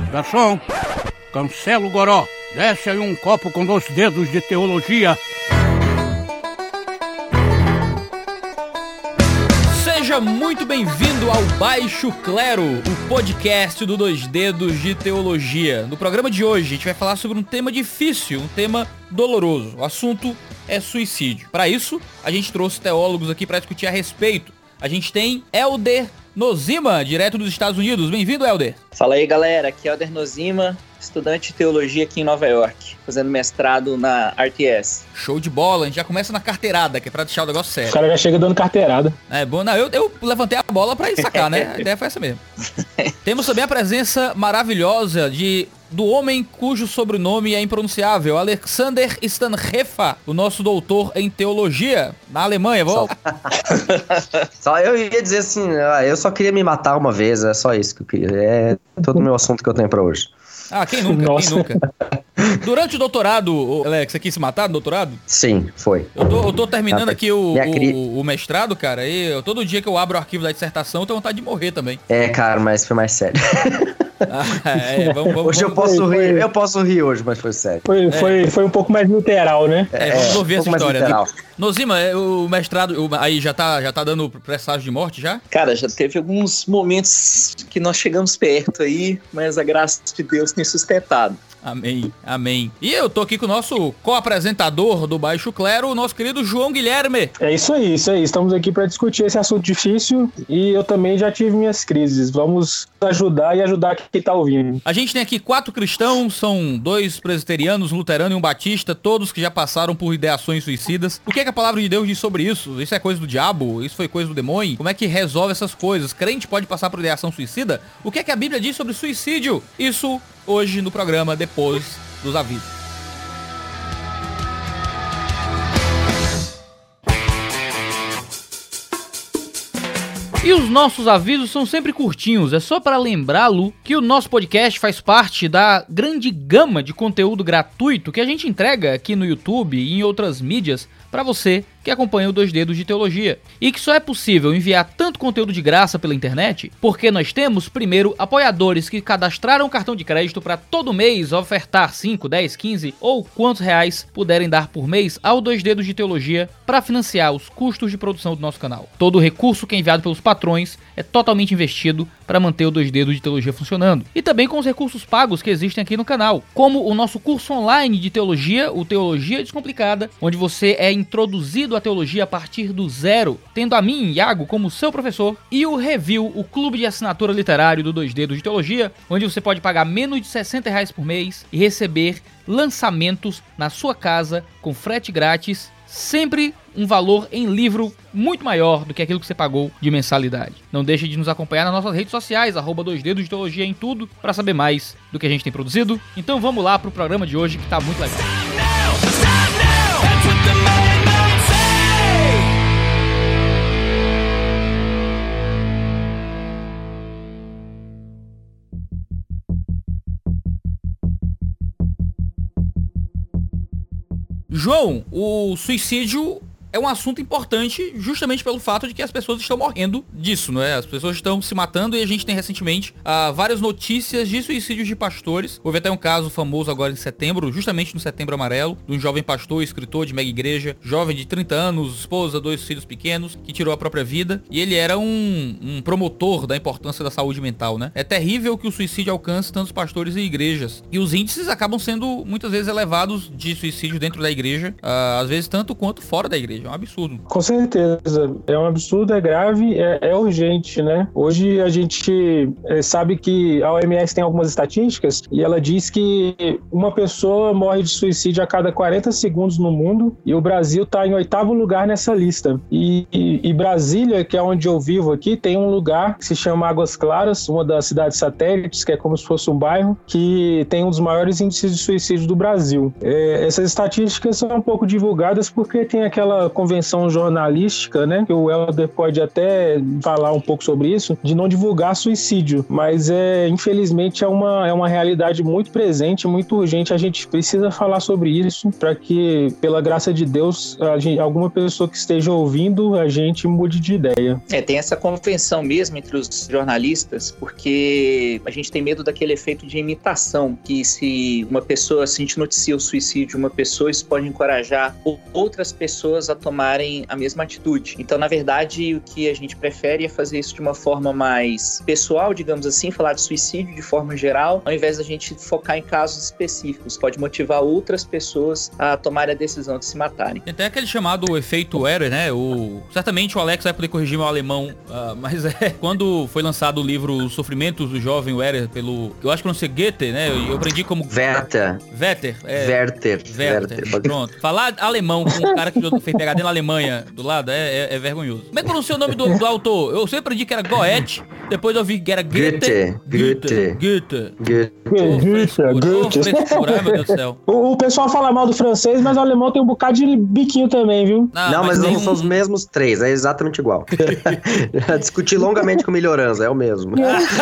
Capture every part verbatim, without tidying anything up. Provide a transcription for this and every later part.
Garçom, cancela o goró. Desce aí um copo com dois dedos de teologia. Seja muito bem-vindo ao Baixo Clero, o podcast do Dois Dedos de Teologia. No programa de hoje, a gente vai falar sobre um tema difícil, um tema doloroso. O assunto é suicídio. Para isso, a gente trouxe teólogos aqui para discutir a respeito. A gente tem Helder Nozima, direto dos Estados Unidos. Bem-vindo, Helder. Fala aí, galera. Aqui é Helder Nozima, estudante de teologia aqui em Nova York, fazendo mestrado na R T S. Show de bola. A gente já começa na carteirada, que é pra deixar o negócio sério. O cara já chega dando carteirada. É bom. Não, eu, eu levantei a bola pra ir sacar, né? A ideia foi essa mesmo. Temos também a presença maravilhosa de... do homem cujo sobrenome é impronunciável, Alexander Stanhefa, o nosso doutor em teologia, na Alemanha. Vou... Só... só eu ia dizer assim, eu só queria me matar uma vez, é só isso que eu queria. É todo o meu assunto que eu tenho pra hoje. Ah, quem nunca, Nossa. quem nunca? Durante o doutorado, Alex, você quis se matar no doutorado? Sim, foi. Eu tô, eu tô terminando Ah, aqui o, cri... o, o mestrado, cara, e eu, todo dia que eu abro o arquivo da dissertação, eu tenho vontade de morrer também. É, cara, mas foi mais sério. Ah, é, vamos, vamos, hoje eu vamos... posso foi, rir, foi. eu posso rir hoje, mas foi sério. Foi, É. foi, foi um pouco mais literal, né? É, vamos ouvir um essa pouco mais história. literal. Nozima, o mestrado, o- aí já tá, já tá dando presságio de morte já? Cara, já teve alguns momentos que nós chegamos perto aí, mas a graça de Deus tem sustentado. Amém, amém. E eu tô aqui com o nosso co-apresentador do Baixo Clero, o nosso querido João Guilherme. É isso aí, isso aí. Estamos aqui para discutir esse assunto difícil e eu também já tive minhas crises. Vamos ajudar e ajudar quem tá ouvindo. A gente tem aqui quatro cristãos, são dois presbiterianos, um luterano e um batista, todos que já passaram por ideações suicidas. O que é que a palavra de Deus diz sobre isso? Isso é coisa do diabo? Isso foi coisa do demônio? Como é que resolve essas coisas? Crente pode passar por ideação suicida? O que é que a Bíblia diz sobre suicídio? Isso hoje no programa, depois dos avisos. E os nossos avisos são sempre curtinhos, é só para lembrá-lo que o nosso podcast faz parte da grande gama de conteúdo gratuito que a gente entrega aqui no YouTube e em outras mídias para você que acompanha o Dois Dedos de Teologia. E que só é possível enviar tanto conteúdo de graça pela internet porque nós temos, primeiro, apoiadores que cadastraram o cartão de crédito para todo mês ofertar cinco, dez, quinze ou quantos reais puderem dar por mês ao Dois Dedos de Teologia para financiar os custos de produção do nosso canal. Todo o recurso que é enviado pelos patrões é totalmente investido para manter o Dois Dedos de Teologia funcionando. E também com os recursos pagos que existem aqui no canal, como o nosso curso online de teologia, o Teologia Descomplicada, onde você é introduzido à teologia a partir do zero, tendo a mim, Iago, como seu professor, e o Review, o clube de assinatura literário do Dois Dedos de Teologia, onde você pode pagar menos de sessenta reais por mês e receber lançamentos na sua casa com frete grátis, sempre um valor em livro muito maior do que aquilo que você pagou de mensalidade. Não deixe de nos acompanhar nas nossas redes sociais, arroba Dois Dedos de Teologia em tudo, para saber mais do que a gente tem produzido. Então vamos lá pro programa de hoje que tá muito legal. João, o suicídio é um assunto importante justamente pelo fato de que as pessoas estão morrendo disso, não é? As pessoas estão se matando e a gente tem recentemente ah, várias notícias de suicídios de pastores. Houve até um caso famoso agora em setembro, justamente no Setembro Amarelo, de um jovem pastor, escritor de mega igreja, jovem de trinta anos, esposa, dois filhos pequenos, que tirou a própria vida. E ele era um, um promotor da importância da saúde mental, né? É terrível que o suicídio alcance tantos pastores e igrejas. E os índices acabam sendo muitas vezes elevados de suicídio dentro da igreja, ah, às vezes tanto quanto fora da igreja. É um absurdo. Com certeza. É um absurdo, é grave, é, é urgente, né? Hoje a gente é, sabe que a O M S tem algumas estatísticas e ela diz que uma pessoa morre de suicídio a cada quarenta segundos no mundo e o Brasil está em oitavo lugar nessa lista. E, e, e Brasília, que é onde eu vivo aqui, tem um lugar que se chama Águas Claras, uma das cidades satélites, que é como se fosse um bairro, que tem um dos maiores índices de suicídio do Brasil. É, essas estatísticas são um pouco divulgadas porque tem aquela convenção jornalística, né, que o Helder pode até falar um pouco sobre isso, de não divulgar suicídio, mas é, infelizmente é uma, é uma realidade muito presente, muito urgente, a gente precisa falar sobre isso para que, pela graça de Deus, a gente, alguma pessoa que esteja ouvindo a gente mude de ideia. É, tem essa convenção mesmo entre os jornalistas, porque a gente tem medo daquele efeito de imitação, que se uma pessoa, se a gente noticia o suicídio de uma pessoa, isso pode encorajar outras pessoas a tomarem a mesma atitude. Então, na verdade, o que a gente prefere é fazer isso de uma forma mais pessoal, digamos assim, falar de suicídio de forma geral, ao invés da gente focar em casos específicos. Pode motivar outras pessoas a tomarem a decisão de se matarem. Tem até aquele chamado efeito Werner, né? O... Certamente o Alex vai poder corrigir meu alemão, uh, mas é quando foi lançado o livro Os Sofrimentos do Jovem Werner pelo... Eu acho que não sei, Goethe, né? Eu aprendi como... Werther. Werther. É... Werther. Werther. Werther. Pronto. Falar alemão com um cara que fez P H D na Alemanha do lado é, é, é vergonhoso. Como é que pronuncia o nome do, do autor? Eu sempre aprendi que era Goethe, depois eu vi que era Goethe. Goethe. Goethe. Goethe. Ai, meu Deus do céu. O, o pessoal fala mal do francês, mas o alemão tem um bocado de biquinho também, viu? Não, não mas, mas não um... são os mesmos três, é exatamente igual. Discuti longamente com o Melhorança, é o mesmo.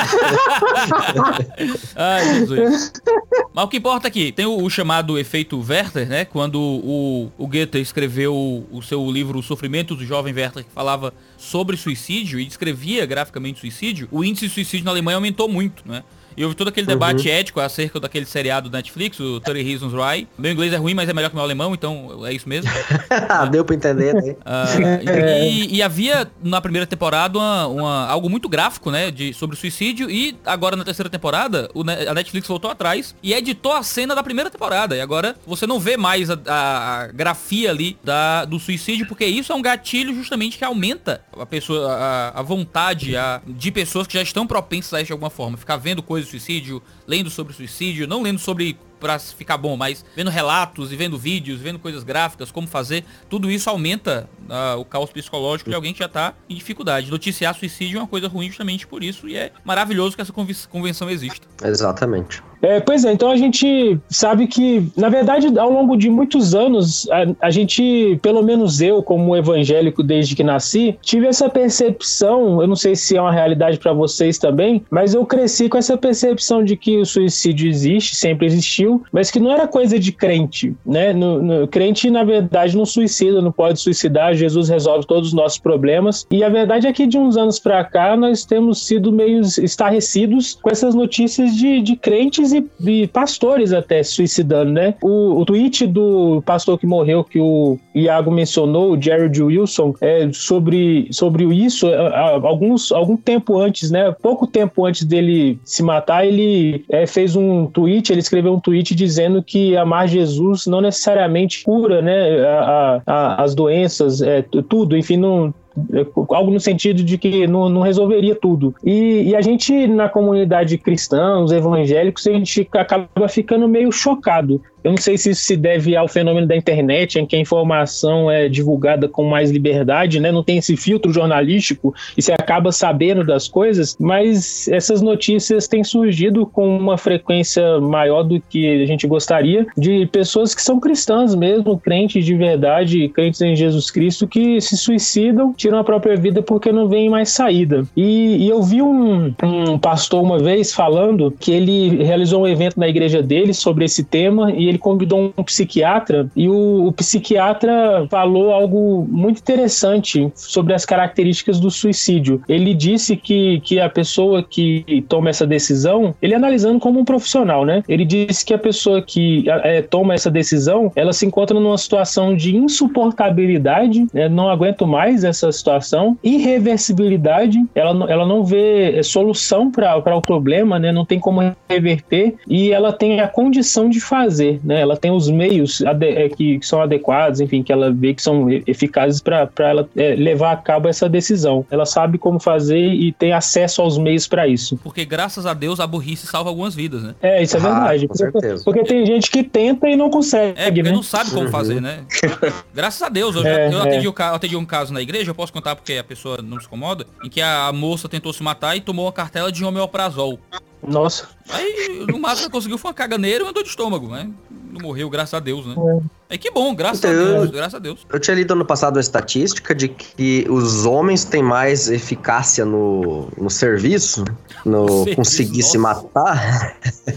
Ai, Jesus. Mas o que importa aqui, tem o, o chamado efeito Werther, né? Quando o, o Goethe escreveu o, o seu livro O Sofrimento do Jovem Werther, que falava sobre suicídio e descrevia graficamente suicídio, o índice de suicídio na Alemanha aumentou muito, né? E houve todo aquele debate uhum. ético acerca daquele seriado do Netflix, o thirty Reasons Why. Meu inglês é ruim, mas é melhor que o meu alemão, então é isso mesmo. Deu pra entender, né? Uh, e, e havia na primeira temporada uma, uma, algo muito gráfico, né, de, sobre o suicídio. E agora na terceira temporada, o, a Netflix voltou atrás e editou a cena da primeira temporada. E agora você não vê mais a, a, a grafia ali da, do suicídio, porque isso é um gatilho justamente que aumenta a pessoa, a, a vontade a, de pessoas que já estão propensas a isso de alguma forma. Ficar vendo coisas suicídio, lendo sobre suicídio, não lendo sobre pra ficar bom, mas vendo relatos e vendo vídeos, vendo coisas gráficas, como fazer, tudo isso aumenta uh, o caos psicológico de alguém que já tá em dificuldade. Noticiar suicídio é uma coisa ruim justamente por isso, e é maravilhoso que essa convenção exista. Exatamente. É, pois é, então a gente sabe que, na verdade, ao longo de muitos anos, a, a gente, pelo menos eu, como evangélico desde que nasci, tive essa percepção, eu não sei se é uma realidade para vocês também, mas eu cresci com essa percepção de que o suicídio existe, sempre existiu, mas que não era coisa de crente, né? No, no, crente, na verdade, não suicida, não pode suicidar, Jesus resolve todos os nossos problemas, e a verdade é que de uns anos para cá nós temos sido meio estarrecidos com essas notícias de, de crentes e, e pastores até se suicidando, né? O, o tweet do pastor que morreu, que o Iago mencionou, o Jared Wilson, é, sobre, sobre isso, alguns, algum tempo antes, né? Pouco tempo antes dele se matar, ele é, fez um tweet, ele escreveu um tweet dizendo que amar Jesus não necessariamente cura, né, a, a, as doenças, é, tudo, enfim, não... algo no sentido de que não, não resolveria tudo. E, e a gente, na comunidade cristã, os evangélicos, a gente acaba ficando meio chocado. Eu não sei se isso se deve ao fenômeno da internet, em que a informação é divulgada com mais liberdade, né? Não tem esse filtro jornalístico e você acaba sabendo das coisas, mas essas notícias têm surgido com uma frequência maior do que a gente gostaria, de pessoas que são cristãs mesmo, crentes de verdade, crentes em Jesus Cristo, que se suicidam, tiram a própria vida porque não vem mais saída. E, e eu vi um, um pastor uma vez falando que ele realizou um evento na igreja dele sobre esse tema e ele convidou um psiquiatra e o, o psiquiatra falou algo muito interessante sobre as características do suicídio. Ele disse que, que a pessoa que toma essa decisão, ele analisando como um profissional, né? Ele disse que a pessoa que é, toma essa decisão, ela se encontra numa situação de insuportabilidade, né? Não aguento mais essa situação, irreversibilidade, ela, ela não vê solução para o problema, né? Não tem como reverter e ela tem a condição de fazer, né? Ela tem os meios ade- que, que são adequados, enfim, que ela vê que são eficazes para ela é, levar a cabo essa decisão. Ela sabe como fazer e tem acesso aos meios para isso. Porque graças a Deus a burrice salva algumas vidas, né? É, isso é ah, verdade. Com certeza. Porque, porque tem gente que tenta e não consegue, É, porque né? não sabe como fazer, né? Graças a Deus. Eu, já, É, eu, é. atendi, o, eu atendi um caso na igreja, eu posso contar porque a pessoa não se incomoda, em que a moça tentou se matar e tomou uma cartela de homeoprazol. Nossa. Aí, no máximo, ela conseguiu foi uma caganeira e uma dor de estômago, né? Não morreu, graças a Deus, né? É que bom, graças Então, a Deus, eu- graças a Deus. Eu tinha lido ano passado uma estatística de que os homens têm mais eficácia no, no serviço, no serviço, conseguir se nossa. matar,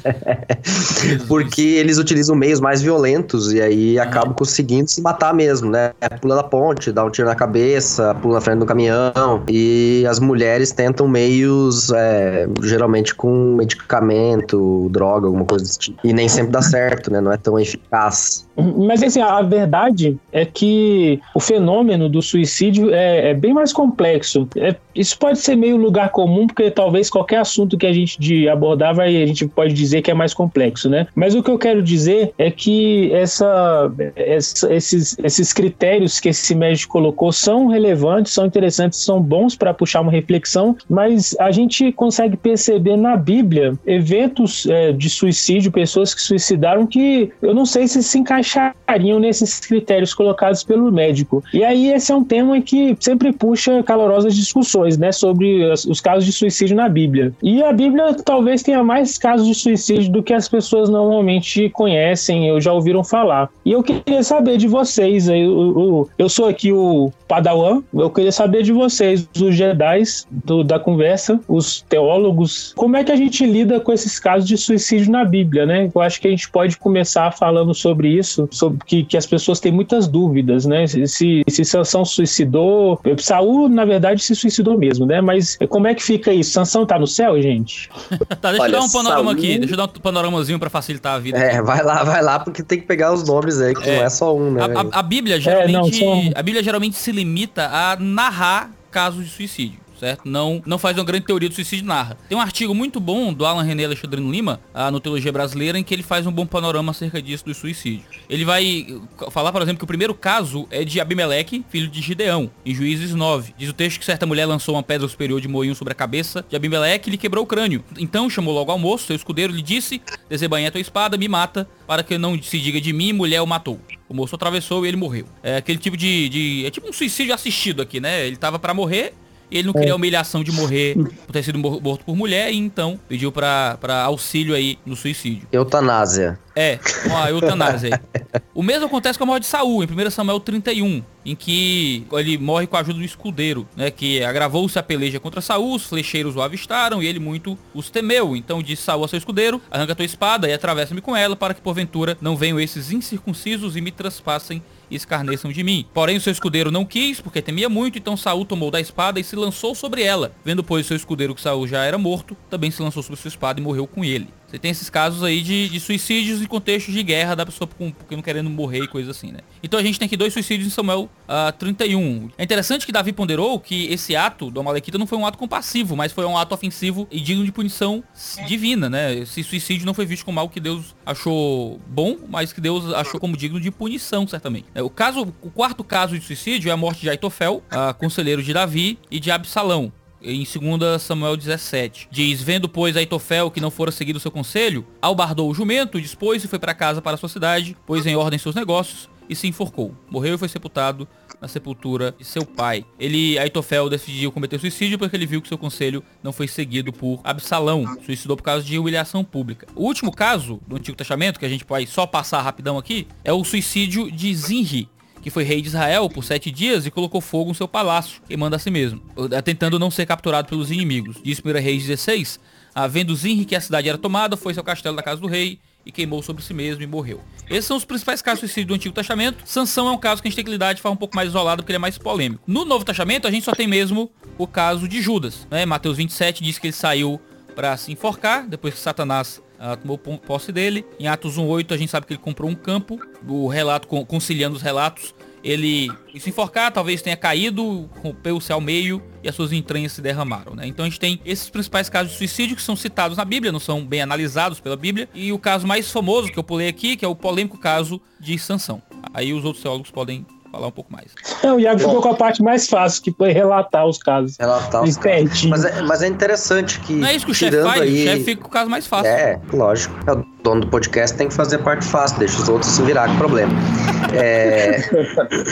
porque eles utilizam meios mais violentos e aí Ah. acabam conseguindo se matar mesmo, né? Pula da ponte, dá um tiro na cabeça, pula na frente do caminhão. E as mulheres tentam meios, é, geralmente com medicamento, droga, alguma coisa desse tipo. E nem sempre dá certo, né? Não é tão eficaz. Mas assim, a verdade é que o fenômeno do suicídio é, é bem mais complexo. É, isso pode ser meio lugar comum, porque talvez qualquer assunto que a gente de abordar vai, a gente pode dizer que é mais complexo, né? Mas o que eu quero dizer é que essa, essa, esses, esses critérios que esse médico colocou são relevantes, são interessantes, são bons para puxar uma reflexão, mas a gente consegue perceber na Bíblia eventos é, de suicídio, pessoas que suicidaram que eu não sei se se encaixariam nesses critérios colocados pelo médico. E aí esse é um tema que sempre puxa calorosas discussões, né, sobre as, os casos de suicídio na Bíblia. E a Bíblia talvez tenha mais casos de suicídio do que as pessoas normalmente conhecem ou já ouviram falar. E eu queria saber de vocês, aí, eu, eu, eu sou aqui o Padawan, eu queria saber de vocês, os Jedis do, da conversa, os teólogos, como é que a gente lida com esses casos de suicídio na Bíblia, né? Eu acho que a gente pode começar falando sobre isso, sobre que, que as pessoas têm muitas dúvidas, né? Se, se, se Sansão suicidou, Saul, na verdade, se suicidou mesmo, né? Mas como é que fica isso? Sansão tá no céu, gente? Tá, deixa Olha, eu dar um panorama Saul- aqui, deixa eu dar um panoramazinho pra facilitar a vida. É, vai lá, vai lá, porque tem que pegar os nomes aí, que É. não é só um, né? A, velho? a- a Bíblia geralmente, não, são- a Bíblia geralmente se limita a narrar casos de suicídio, certo? Não, não faz uma grande teoria do suicídio, narra. Tem um artigo muito bom do Alan René Alexandrino Lima, ah, no Teologia Brasileira, em que ele faz um bom panorama acerca disso, do suicídio. Ele vai falar, por exemplo, que o primeiro caso é de Abimeleque, filho de Gideão, em Juízes nove. Diz o texto que certa mulher lançou uma pedra superior de moinho sobre a cabeça de Abimeleque e lhe quebrou o crânio. Então chamou logo ao moço, seu escudeiro, lhe disse: desembainha a tua espada, me mata, para que não se diga de mim, mulher o matou. O moço atravessou e ele morreu. É aquele tipo de, de... é tipo um suicídio assistido aqui, né? Ele tava pra morrer, e ele não queria a humilhação de morrer por ter sido mor- morto por mulher, e então pediu pra, pra auxílio aí no suicídio. Eutanásia. É, com a eutanásia aí. O mesmo acontece com a morte de Saul, em primeiro Samuel trinta e um, em que ele morre com a ajuda do escudeiro, né, que agravou-se a peleja contra Saul, os flecheiros o avistaram e ele muito os temeu. Então disse Saul a seu escudeiro: arranca tua espada e atravessa-me com ela, para que porventura não venham esses incircuncisos e me traspassem e escarneçam de mim. Porém o seu escudeiro não quis, porque temia muito, então Saul tomou da espada e se lançou sobre ela. Vendo, pois, seu escudeiro que Saul já era morto, também se lançou sobre sua espada e morreu com ele. Você tem esses casos aí de, de suicídios em contextos de guerra da pessoa com, porque não querendo morrer e coisa assim, né? Então a gente tem aqui dois suicídios em Samuel uh, trinta e um. É interessante que Davi ponderou que esse ato do Amalequita não foi um ato compassivo, mas foi um ato ofensivo e digno de punição divina, né? Esse suicídio não foi visto como algo que Deus achou bom, mas que Deus achou como digno de punição, certamente. O caso, o quarto caso de suicídio é a morte de Aitofel, uh, conselheiro de Davi, e de Absalão. Em dois Samuel dezessete. Diz: vendo, pois, Aitofel que não fora seguido o seu conselho, albardou o jumento, dispôs e foi para casa para a sua cidade, pôs em ordem seus negócios e se enforcou. Morreu e foi sepultado na sepultura de seu pai. Ele, Aitofel, decidiu cometer suicídio porque ele viu que seu conselho não foi seguido por Absalão. Suicidou por causa de humilhação pública. O último caso do Antigo Testamento, que a gente pode só passar rapidão aqui, é o suicídio de Zinri, que foi rei de Israel por sete dias e colocou fogo no seu palácio, queimando a si mesmo, tentando não ser capturado pelos inimigos. Diz primeiro Reis dezesseis, havendo Zinri que a cidade era tomada, foi ao castelo da casa do rei e queimou sobre si mesmo e morreu. Esses são os principais casos de suicídio do Antigo Testamento. Sansão é um caso que a gente tem que lidar de forma um pouco mais isolada, porque ele é mais polêmico. No Novo Testamento, a gente só tem mesmo o caso de Judas, né? Mateus vinte e sete diz que ele saiu para se enforcar, depois que Satanás Uh, tomou posse dele. Em Atos um oito a gente sabe que ele comprou um campo. O relato, conciliando os relatos, ele se enforcar, talvez tenha caído, rompeu-se ao meio e as suas entranhas se derramaram, né? Então a gente tem esses principais casos de suicídio que são citados na Bíblia, não são bem analisados pela Bíblia. E o caso mais famoso que eu pulei aqui, que é o polêmico caso de Sansão. Aí os outros teólogos podem falar um pouco mais. Não, o Iago ficou com a parte mais fácil, que foi relatar os casos. Relatar os casos. Mas é, mas é interessante que... Não é isso que o chefe faz, aí... o chefe fica com o caso mais fácil. É, lógico. É, o dono do podcast tem que fazer a parte fácil, deixa os outros se virar com problema. É...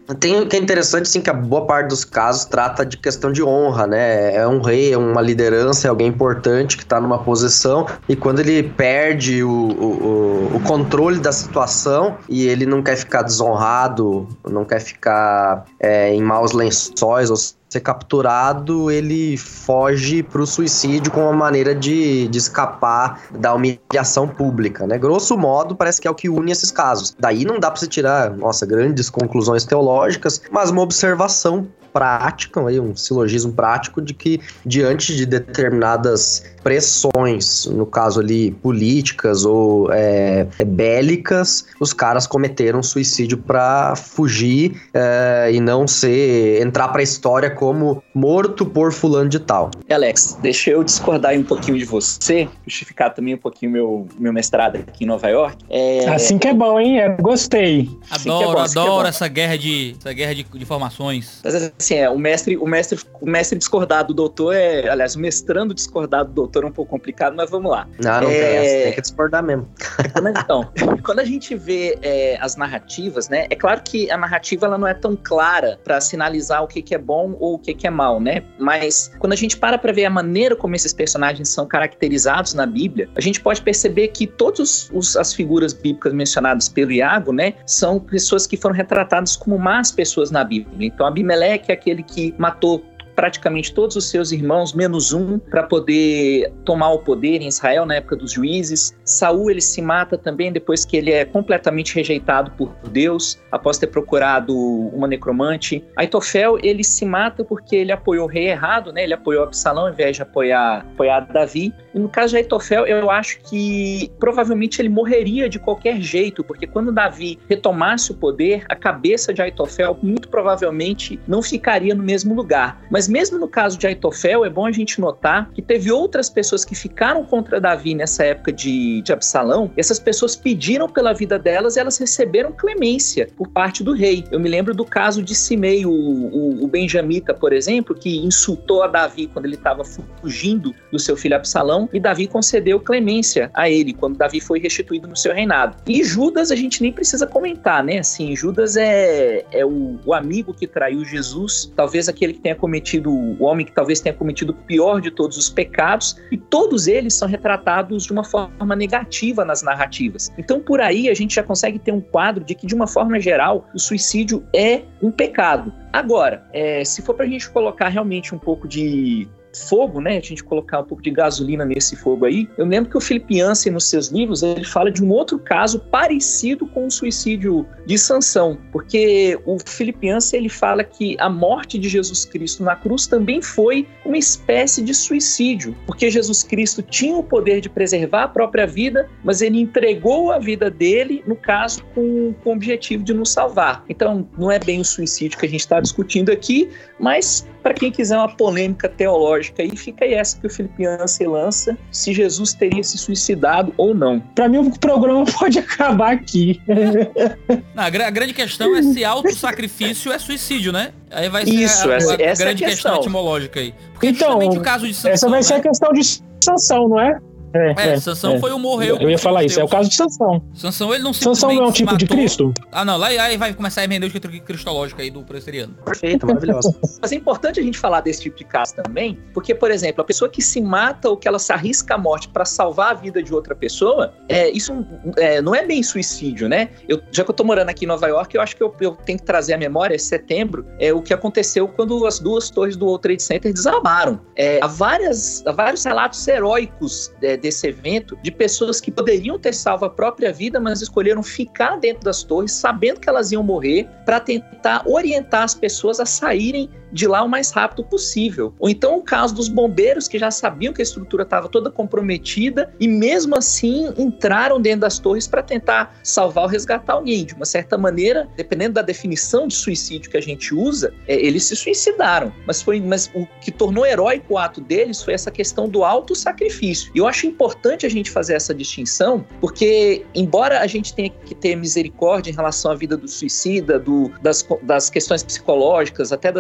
Tem o que é interessante, sim, que a boa parte dos casos trata de questão de honra, né? É um rei, é uma liderança, é alguém importante que tá numa posição, e quando ele perde o, o, o controle da situação e ele não quer ficar desonrado, não quer ficar é, em maus lençóis ou ser capturado, ele foge pro suicídio como uma maneira de, de escapar da humilhação pública, né? Grosso modo, parece que é o que une esses casos. Daí não dá pra você tirar, nossa, grandes conclusões teológicas, mas uma observação prática, um silogismo prático de que, diante de determinadas pressões, no caso ali, políticas ou é, bélicas, os caras cometeram suicídio para fugir é, e não ser, entrar pra história como morto por fulano de tal. Alex, deixa eu discordar um pouquinho de você, justificar também um pouquinho meu, meu mestrado aqui em Nova York. É... Assim que é bom, hein? Eu gostei. Adoro, é bom, adoro é essa guerra de, essa guerra de, de formações. Mas assim, é, o mestre, o mestre, o mestre discordar do doutor é, aliás, o mestrando discordar do doutor é um pouco complicado, mas vamos lá. Não, não é... tem essa, tem que discordar mesmo. Então, quando a gente vê é, as narrativas, né, é claro que a narrativa ela não é tão clara para sinalizar o que, que é bom ou o que, que é mal, né? Mas quando a gente para para ver a maneira como esses personagens são caracterizados na Bíblia, a gente pode perceber que todas as figuras bíblicas mencionadas pelo Iago, né, são pessoas que foram retratadas como más pessoas na Bíblia. Então, Abimeleque é aquele que matou praticamente todos os seus irmãos, menos um, para poder tomar o poder em Israel na época dos juízes. Saul, ele se mata também depois que ele é completamente rejeitado por Deus, após ter procurado uma necromante. Aitofel, ele se mata porque ele apoiou o rei errado, né? Ele apoiou Absalão ao invés de apoiar, apoiar Davi. E no caso de Aitofel, eu acho que provavelmente ele morreria de qualquer jeito, porque quando Davi retomasse o poder, a cabeça de Aitofel muito provavelmente não ficaria no mesmo lugar. Mas Mas mesmo no caso de Aitofel, é bom a gente notar que teve outras pessoas que ficaram contra Davi nessa época de, de Absalão. Essas pessoas pediram pela vida delas e elas receberam clemência por parte do rei. Eu me lembro do caso de Simei, o, o, o benjamita, por exemplo, que insultou a Davi quando ele estava fugindo do seu filho Absalão, e Davi concedeu clemência a ele quando Davi foi restituído no seu reinado. E Judas a gente nem precisa comentar, né? Assim, Judas é, é o, o amigo que traiu Jesus, talvez aquele que tenha cometido o homem que talvez tenha cometido o pior de todos os pecados, e todos eles são retratados de uma forma negativa nas narrativas. Então, por aí, a gente já consegue ter um quadro de que, de uma forma geral, o suicídio é um pecado. Agora, é, se for pra gente colocar realmente um pouco de fogo, né, a gente colocar um pouco de gasolina nesse fogo aí, eu lembro que o Philip Yancey, nos seus livros, ele fala de um outro caso parecido com o suicídio de Sansão, porque o Philip Yancey, ele fala que a morte de Jesus Cristo na cruz também foi uma espécie de suicídio, porque Jesus Cristo tinha o poder de preservar a própria vida, mas ele entregou a vida dele, no caso, com, com o objetivo de nos salvar. Então, não é bem o suicídio que a gente está discutindo aqui, mas para quem quiser uma polêmica teológica, aí fica aí essa que o Philip Yancey lança, se Jesus teria se suicidado ou não. Para mim, o programa pode acabar aqui. Não, a, gra- a grande questão é se auto-sacrifício é suicídio, né? Aí vai ser Isso, a, a, essa, a essa grande é a questão questão etimológica aí. Porque então, justamente o caso de Sansão, essa vai né? ser a questão de Sansão, não é? É, É, Sansão é. foi o morreu. Eu ia falar isso, é o caso de Sansão. Sansão, ele não Sansão não é um simplesmente tipo de matou- Cristo? Ah, não, lá aí vai começar a hermenêutica cristológica aí do presbiteriano. Perfeito, maravilhoso. Mas é importante a gente falar desse tipo de caso também, porque, por exemplo, a pessoa que se mata ou que ela se arrisca à morte para salvar a vida de outra pessoa, é, isso é, não é bem suicídio, né? Eu, já que eu tô morando aqui em Nova York, eu acho que eu, eu tenho que trazer à memória, esse setembro, é o que aconteceu quando as duas torres do World Trade Center desabaram. É, há, várias, há vários relatos heróicos é, desse evento, de pessoas que poderiam ter salvo a própria vida, mas escolheram ficar dentro das torres, sabendo que elas iam morrer, para tentar orientar as pessoas a saírem de lá o mais rápido possível. Ou então o caso dos bombeiros, que já sabiam que a estrutura estava toda comprometida e mesmo assim entraram dentro das torres para tentar salvar ou resgatar alguém. De uma certa maneira, dependendo da definição de suicídio que a gente usa, é, eles se suicidaram. Mas, foi, mas o que tornou heróico o ato deles foi essa questão do auto-sacrifício. E eu acho importante a gente fazer essa distinção, porque embora a gente tenha que ter misericórdia em relação à vida do suicida, do, das, das questões psicológicas, até das questões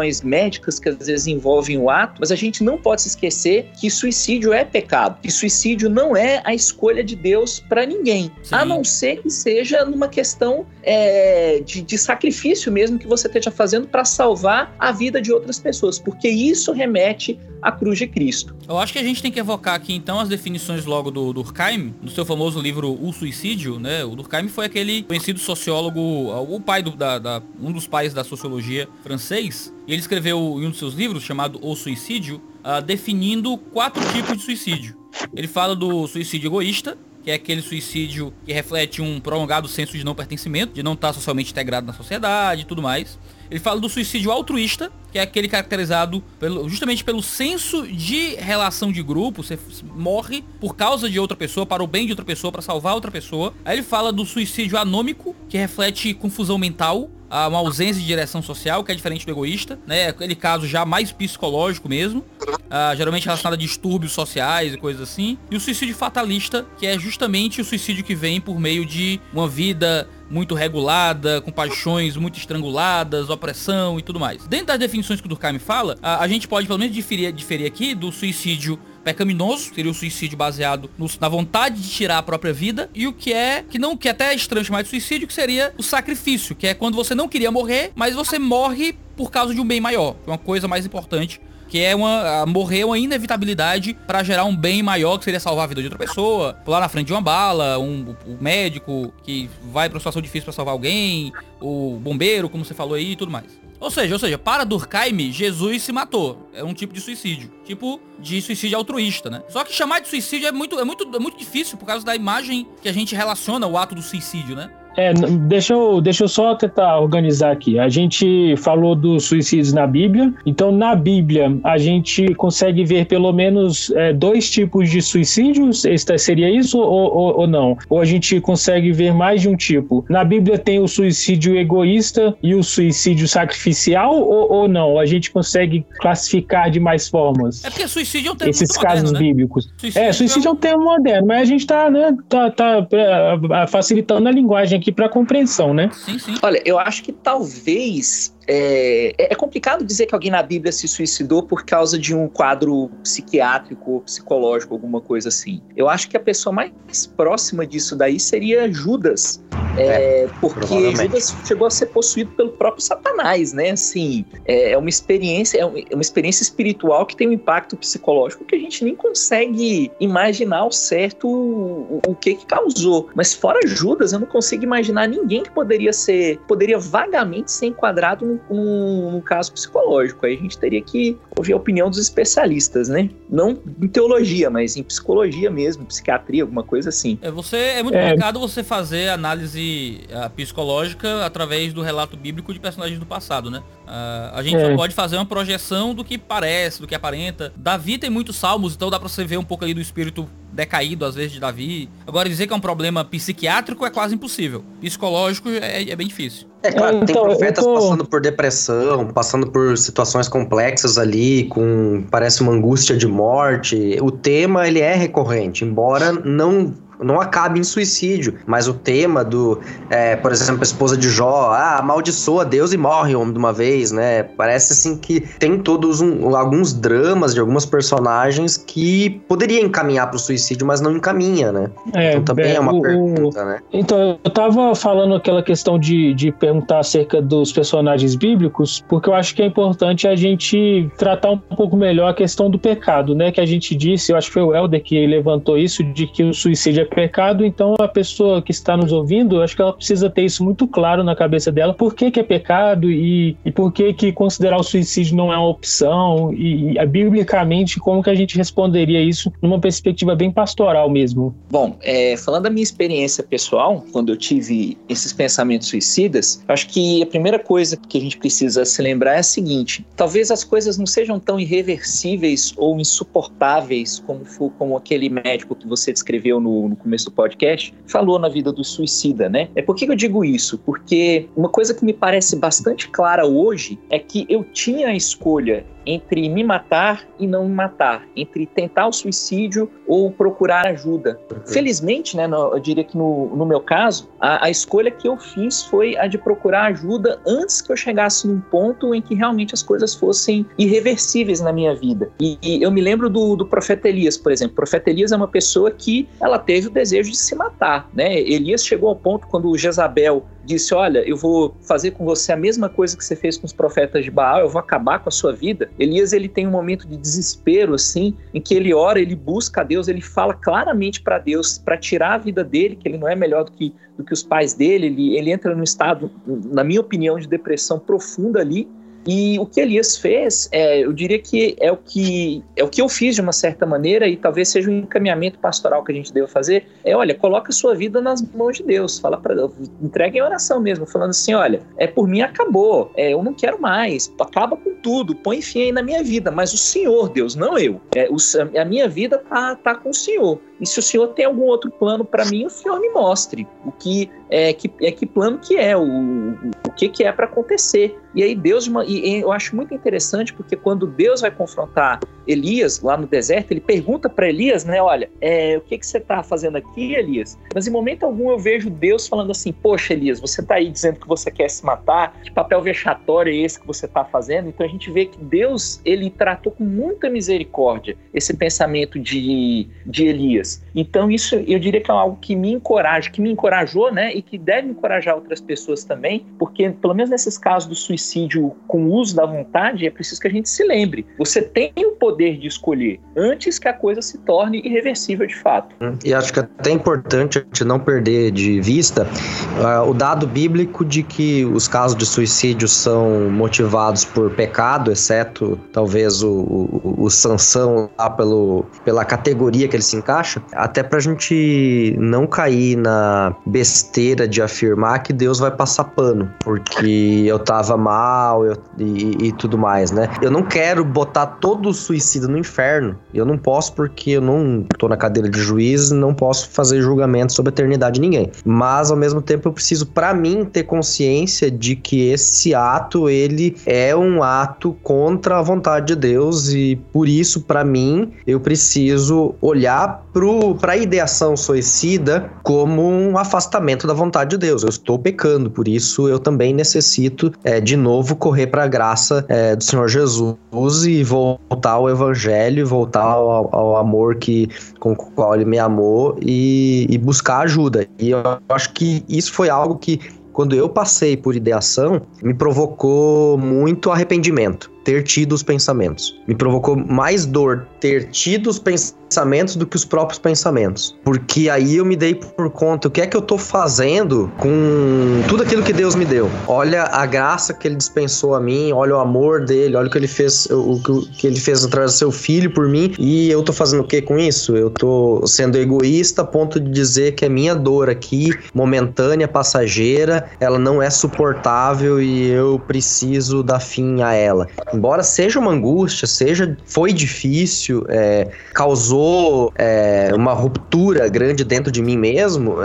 questões médicas que às vezes envolvem o ato, mas a gente não pode se esquecer que suicídio é pecado, que suicídio não é a escolha de Deus para ninguém, Sim. a não ser que seja numa questão é, de, de sacrifício mesmo que você esteja fazendo para salvar a vida de outras pessoas, porque isso remete à cruz de Cristo. Eu acho que a gente tem que evocar aqui então as definições logo do Durkheim, no seu famoso livro O Suicídio, né? O Durkheim foi aquele conhecido sociólogo, o pai do, da, da, um dos pais da sociologia francês, e ele escreveu em um dos seus livros, chamado O Suicídio, uh, definindo quatro tipos de suicídio. Ele fala do suicídio egoísta, que é aquele suicídio que reflete um prolongado senso de não pertencimento, de não estar socialmente integrado na sociedade e tudo mais. Ele fala do suicídio altruísta, que é aquele caracterizado pelo, justamente pelo senso de relação de grupo. Você morre por causa de outra pessoa, para o bem de outra pessoa, para salvar outra pessoa. Aí ele fala do suicídio anômico, que reflete confusão mental, uma ausência de direção social, que é diferente do egoísta, né? Aquele caso já mais psicológico mesmo, uh, geralmente relacionado a distúrbios sociais e coisas assim. E o suicídio fatalista, que é justamente o suicídio que vem por meio de uma vida muito regulada, com paixões muito estranguladas, opressão e tudo mais. Dentro das definições que o Durkheim fala, a, a gente pode pelo menos diferir, diferir aqui do suicídio pecaminoso, seria o suicídio baseado no, na vontade de tirar a própria vida, e o que é, que não, que até é estranho chamar de suicídio, que seria o sacrifício, que é quando você não queria morrer, mas você morre por causa de um bem maior, uma coisa mais importante, que é uma, a morrer uma inevitabilidade para gerar um bem maior, que seria salvar a vida de outra pessoa, pular na frente de uma bala, um, o médico que vai para uma situação difícil para salvar alguém, o bombeiro, como você falou aí, e tudo mais. Ou seja, ou seja, para Durkheim, Jesus se matou. É um tipo de suicídio. Tipo de suicídio altruísta, né? Só que chamar de suicídio é muito, é muito, é muito difícil por causa da imagem que a gente relaciona o ato do suicídio, né? É, deixa eu, deixa eu só tentar organizar aqui. A gente falou dos suicídios na Bíblia. Então, na Bíblia, a gente consegue ver pelo menos é, dois tipos de suicídios? Seria isso ou, ou, ou não? Ou a gente consegue ver mais de um tipo? Na Bíblia tem o suicídio egoísta e o suicídio sacrificial ou, ou não? A gente consegue classificar de mais formas? É porque suicídio é um termo Esses muito casos moderno, né? bíblicos. Suicídio é, suicídio é um termo moderno, mas a gente tá, né, tá, tá é, facilitando a linguagem aqui para compreensão, né? Sim, sim. Olha, eu acho que talvez é, é complicado dizer que alguém na Bíblia se suicidou por causa de um quadro psiquiátrico ou psicológico, alguma coisa assim. Eu acho que a pessoa mais próxima disso daí seria Judas. É, porque Judas chegou a ser possuído pelo próprio Satanás, né? Assim, é, é uma experiência, é uma experiência espiritual que tem um impacto psicológico que a gente nem consegue imaginar ao certo o, o que que causou. Mas fora Judas, eu não consigo imaginar ninguém que poderia ser, poderia vagamente ser enquadrado num, num, num caso psicológico. Aí a gente teria que ouvir a opinião dos especialistas, né? Não em teologia, mas em psicologia mesmo, psiquiatria, alguma coisa assim. É, você, é muito é. complicado você fazer análise a psicológica através do relato bíblico de personagens do passado, né? Uh, a gente é. só pode fazer uma projeção do que parece, do que aparenta. Davi tem muitos salmos, então dá pra você ver um pouco ali do espírito decaído, às vezes, de Davi. Agora, dizer que é um problema psiquiátrico é quase impossível. Psicológico é, é bem difícil. É claro, então, tem profetas tô... passando por depressão, passando por situações complexas ali, com, parece uma angústia de morte. O tema, ele é recorrente, embora não... não acabe em suicídio, mas o tema do, é, por exemplo, a esposa de Jó, ah, amaldiçoa Deus e morre de uma vez, né? Parece assim que tem todos um, alguns dramas de algumas personagens que poderia encaminhar para o suicídio, mas não encaminha, né? É, então também é, é uma o, pergunta, né? Então, eu tava falando aquela questão de, de perguntar acerca dos personagens bíblicos, porque eu acho que é importante a gente tratar um pouco melhor a questão do pecado, né? Que a gente disse, eu acho que foi o Helder que levantou isso, de que o suicídio é pecado, então a pessoa que está nos ouvindo, acho que ela precisa ter isso muito claro na cabeça dela, por que que é pecado e, e por que que considerar o suicídio não é uma opção e, e biblicamente como que a gente responderia isso numa perspectiva bem pastoral mesmo. Bom, é, falando da minha experiência pessoal, quando eu tive esses pensamentos suicidas, acho que a primeira coisa que a gente precisa se lembrar é a seguinte: talvez as coisas não sejam tão irreversíveis ou insuportáveis como, como aquele médico que você descreveu no no começo do podcast, falou na vida do suicida, né? É por que eu digo isso? Porque uma coisa que me parece bastante clara hoje é que eu tinha a escolha entre me matar e não me matar, entre tentar o suicídio ou procurar ajuda. Uhum. Felizmente, né, no, eu diria que no, no meu caso, a, a escolha que eu fiz foi a de procurar ajuda antes que eu chegasse num ponto em que realmente as coisas fossem irreversíveis na minha vida. E, e eu me lembro do, do profeta Elias, por exemplo. O profeta Elias é uma pessoa que ela teve o desejo de se matar, né? Elias chegou ao ponto quando Jezabel disse, olha, eu vou fazer com você a mesma coisa que você fez com os profetas de Baal, eu vou acabar com a sua vida. Elias, ele tem um momento de desespero, assim, em que ele ora, ele busca a Deus, ele fala claramente para Deus, para tirar a vida dele, que ele não é melhor do que, do que os pais dele, ele, ele entra num estado, na minha opinião, de depressão profunda ali. E o que Elias fez, é, eu diria que é o que é o que eu fiz de uma certa maneira, e talvez seja um encaminhamento pastoral que a gente deva fazer, é, olha, coloca a sua vida nas mãos de Deus, fala para Deus, entrega em oração mesmo, falando assim, olha, é por mim acabou, é, eu não quero mais, acaba com tudo, põe fim aí na minha vida, mas o Senhor, Deus, não eu, é, o, a minha vida tá, tá com o Senhor, e se o Senhor tem algum outro plano para mim, o Senhor me mostre o que é, que, é que plano que é, o, o que, que é para acontecer. E aí Deus, e eu acho muito interessante, porque quando Deus vai confrontar Elias lá no deserto, ele pergunta para Elias, né, olha, é, o que, que você está fazendo aqui, Elias? Mas em momento algum eu vejo Deus falando assim, poxa, Elias, você está aí dizendo que você quer se matar, que papel vexatório é esse que você está fazendo? Então a gente vê que Deus, ele tratou com muita misericórdia esse pensamento de, de Elias. Então isso, eu diria que é algo que me encoraja, que me encorajou, né, e que deve encorajar outras pessoas também, porque pelo menos nesses casos do suicídio com o uso da vontade, é preciso que a gente se lembre, você tem o poder de escolher antes que a coisa se torne irreversível de fato. E acho que é até importante a gente não perder de vista uh, o dado bíblico de que os casos de suicídio são motivados por pecado, exceto talvez o, o, o Sansão lá pelo, pela categoria que ele se encaixa, até pra gente não cair na besteira de afirmar que Deus vai passar pano, porque eu tava mal eu, e, e tudo mais, né? Eu não quero botar todo o suicida no inferno. Eu não posso, porque eu não tô na cadeira de juiz, não posso fazer julgamento sobre a eternidade de ninguém. Mas, ao mesmo tempo, eu preciso, pra mim, ter consciência de que esse ato, ele é um ato contra a vontade de Deus, e por isso, pra mim, eu preciso olhar pro, pra ideação suicida como um afastamento da vontade de Deus. Eu estou pecando, por isso eu também necessito, é, de novo, correr pra graça é, do Senhor Jesus e voltar ao evangelho, voltar ao, ao amor que, com o qual ele me amou e, e buscar ajuda. E eu acho que isso foi algo que, quando eu passei por ideação, me provocou muito arrependimento. Ter tido os pensamentos. Me provocou mais dor ter tido os pensamentos do que os próprios pensamentos. Porque aí eu me dei por conta, o que é que eu tô fazendo com tudo aquilo que Deus me deu? Olha a graça que ele dispensou a mim, olha o amor dele, olha o que ele fez, o que ele fez através do seu filho por mim, e eu tô fazendo o que com isso? Eu tô sendo egoísta a ponto de dizer que a minha dor aqui, momentânea, passageira, ela não é suportável e eu preciso dar fim a ela. Embora seja uma angústia, seja, foi difícil, é, causou é, uma ruptura grande dentro de mim mesmo,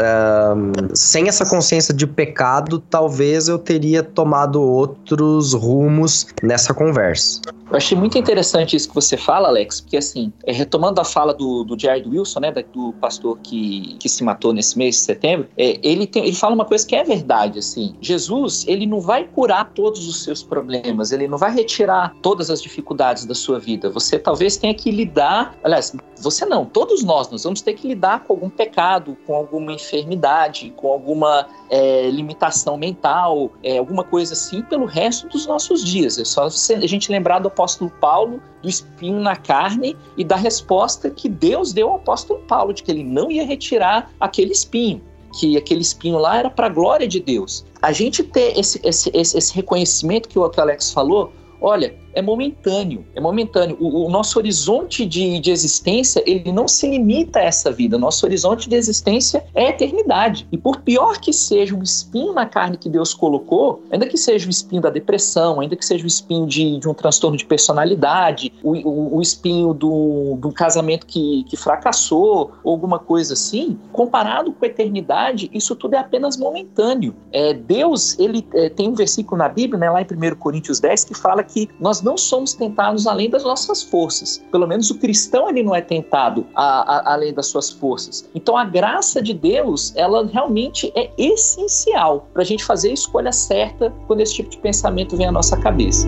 é, sem essa consciência de pecado, talvez eu teria tomado outros rumos nessa conversa. Eu achei muito interessante isso que você fala, Alex, porque assim, retomando a fala do, do Jared Wilson, né, do pastor que, que se matou nesse mês de setembro, é, ele, tem, ele fala uma coisa que é verdade, assim, Jesus, ele não vai curar todos os seus problemas, ele não vai retirar todas as dificuldades da sua vida, você talvez tenha que lidar, aliás, você não, todos nós, nós vamos ter que lidar com algum pecado, com alguma enfermidade, com alguma é, limitação mental, é, alguma coisa assim, pelo resto dos nossos dias. É só a gente lembrar do apóstolo Paulo, do espinho na carne e da resposta que Deus deu ao apóstolo Paulo, de que ele não ia retirar aquele espinho, que aquele espinho lá era para a glória de Deus. A gente ter esse, esse, esse, esse reconhecimento que o Alex falou, olha, é momentâneo, é momentâneo. O, o nosso horizonte de, de existência, ele não se limita a essa vida. O nosso horizonte de existência é a eternidade. E por pior que seja um espinho na carne que Deus colocou, ainda que seja o espinho da depressão, ainda que seja o espinho de, de um transtorno de personalidade, o, o, o espinho do, do casamento que, que fracassou, ou alguma coisa assim, comparado com a eternidade, isso tudo é apenas momentâneo. É, Deus, ele é, tem um versículo na Bíblia, né, lá em primeiro Coríntios dez, que fala que nós não somos tentados além das nossas forças. Pelo menos o cristão, ele não é tentado a, a, além das suas forças. Então a graça de Deus, ela realmente é essencial para a gente fazer a escolha certa quando esse tipo de pensamento vem à nossa cabeça.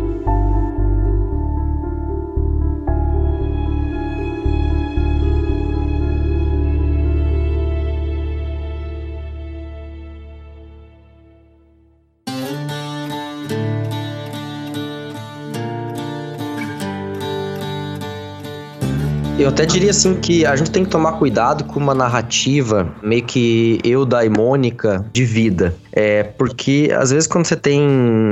Eu até diria assim que a gente tem que tomar cuidado com uma narrativa meio que eudaimônica de vida. É, porque às vezes quando você tem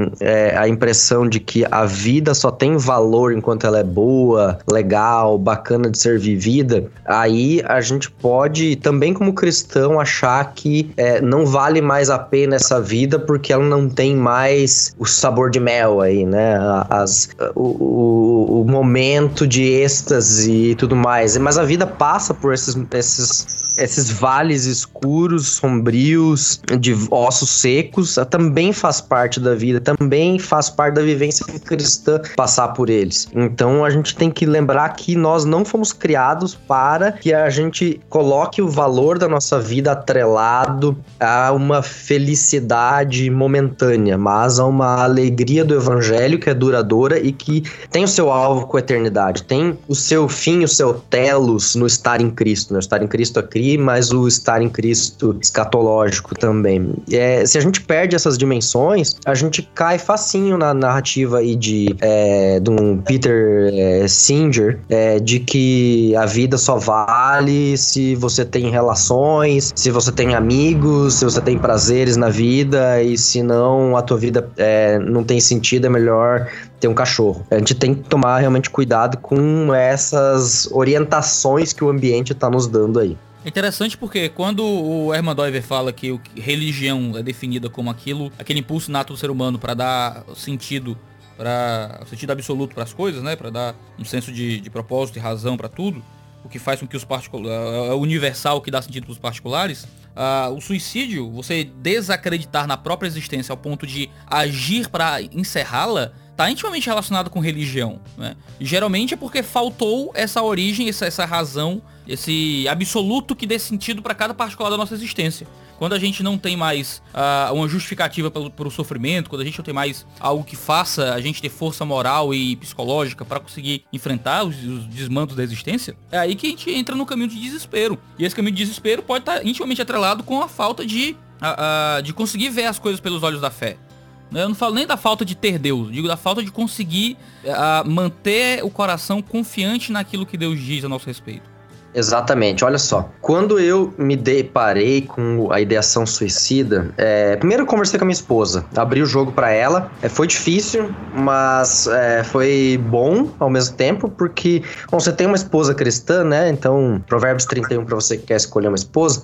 é, a impressão de que a vida só tem valor enquanto ela é boa, legal, bacana de ser vivida, aí a gente pode também como cristão achar que é, não vale mais a pena essa vida porque ela não tem mais o sabor de mel aí, né? As, o, o, o momento de êxtase e tudo mais. Mas a vida passa por esses, esses, esses vales escuros, sombrios, de ossos secos, também faz parte da vida, também faz parte da vivência cristã passar por eles. Então a gente tem que lembrar que nós não fomos criados para que a gente coloque o valor da nossa vida atrelado a uma felicidade momentânea, mas a uma alegria do evangelho que é duradoura e que tem o seu alvo com a eternidade, tem o seu fim, o seu telos no estar em Cristo, né? O estar em Cristo aqui, mas o estar em Cristo escatológico também. É, se a gente perde essas dimensões, a gente cai facinho na narrativa aí de, é, de um Peter é, Singer, é, de que a vida só vale se você tem relações, se você tem amigos, se você tem prazeres na vida, e se não, a tua vida é, não tem sentido, é melhor ter um cachorro. A gente tem que tomar realmente cuidado com essas orientações que o ambiente está nos dando aí. É interessante porque quando o Herman Doiver fala que o, religião é definida como aquilo, aquele impulso nato do ser humano para dar sentido, para sentido absoluto para as coisas, né, para dar um senso de, de propósito e razão para tudo, o que faz com que os particulares, é universal que dá sentido para os particulares. Uh, o suicídio, você desacreditar na própria existência ao ponto de agir para encerrá-la, está intimamente relacionado com religião, né? E geralmente é porque faltou essa origem, essa, essa razão, esse absoluto que dê sentido para cada particular da nossa existência. Quando a gente não tem mais uh, uma justificativa pelo, pelo sofrimento, quando a gente não tem mais algo que faça a gente ter força moral e psicológica para conseguir enfrentar os, os desmandos da existência, é aí que a gente entra no caminho de desespero. E esse caminho de desespero pode estar intimamente atrelado com a falta de, uh, uh, de conseguir ver as coisas pelos olhos da fé. Eu não falo nem da falta de ter Deus, digo da falta de conseguir uh, manter o coração confiante naquilo que Deus diz a nosso respeito. Exatamente, olha só. Quando eu me deparei com a ideação suicida, é, primeiro eu conversei com a minha esposa, abri o jogo pra ela, é, foi difícil, mas é, foi bom ao mesmo tempo, porque bom, você tem uma esposa cristã, né? Então, Provérbios trinta e um pra você que quer escolher uma esposa,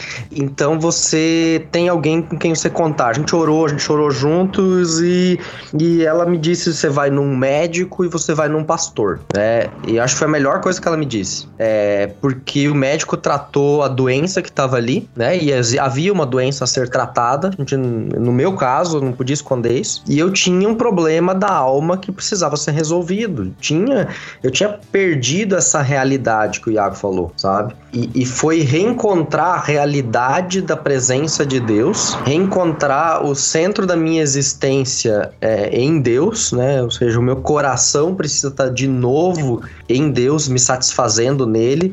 então você tem alguém com quem você contar. A gente orou, a gente chorou juntos e, e ela me disse, você vai num médico e você vai num pastor, né? E acho que foi a melhor coisa que ela me disse. É, porque o médico tratou a doença que estava ali, né? E havia uma doença a ser tratada. A gente, no meu caso, eu não podia esconder isso. E eu tinha um problema da alma que precisava ser resolvido. Tinha, eu tinha perdido essa realidade que o Iago falou, sabe? E, e foi reencontrar a realidade da presença de Deus, reencontrar o centro da minha existência é, em Deus, né? Ou seja, o meu coração precisa estar de novo em Deus, me satisfazendo nele.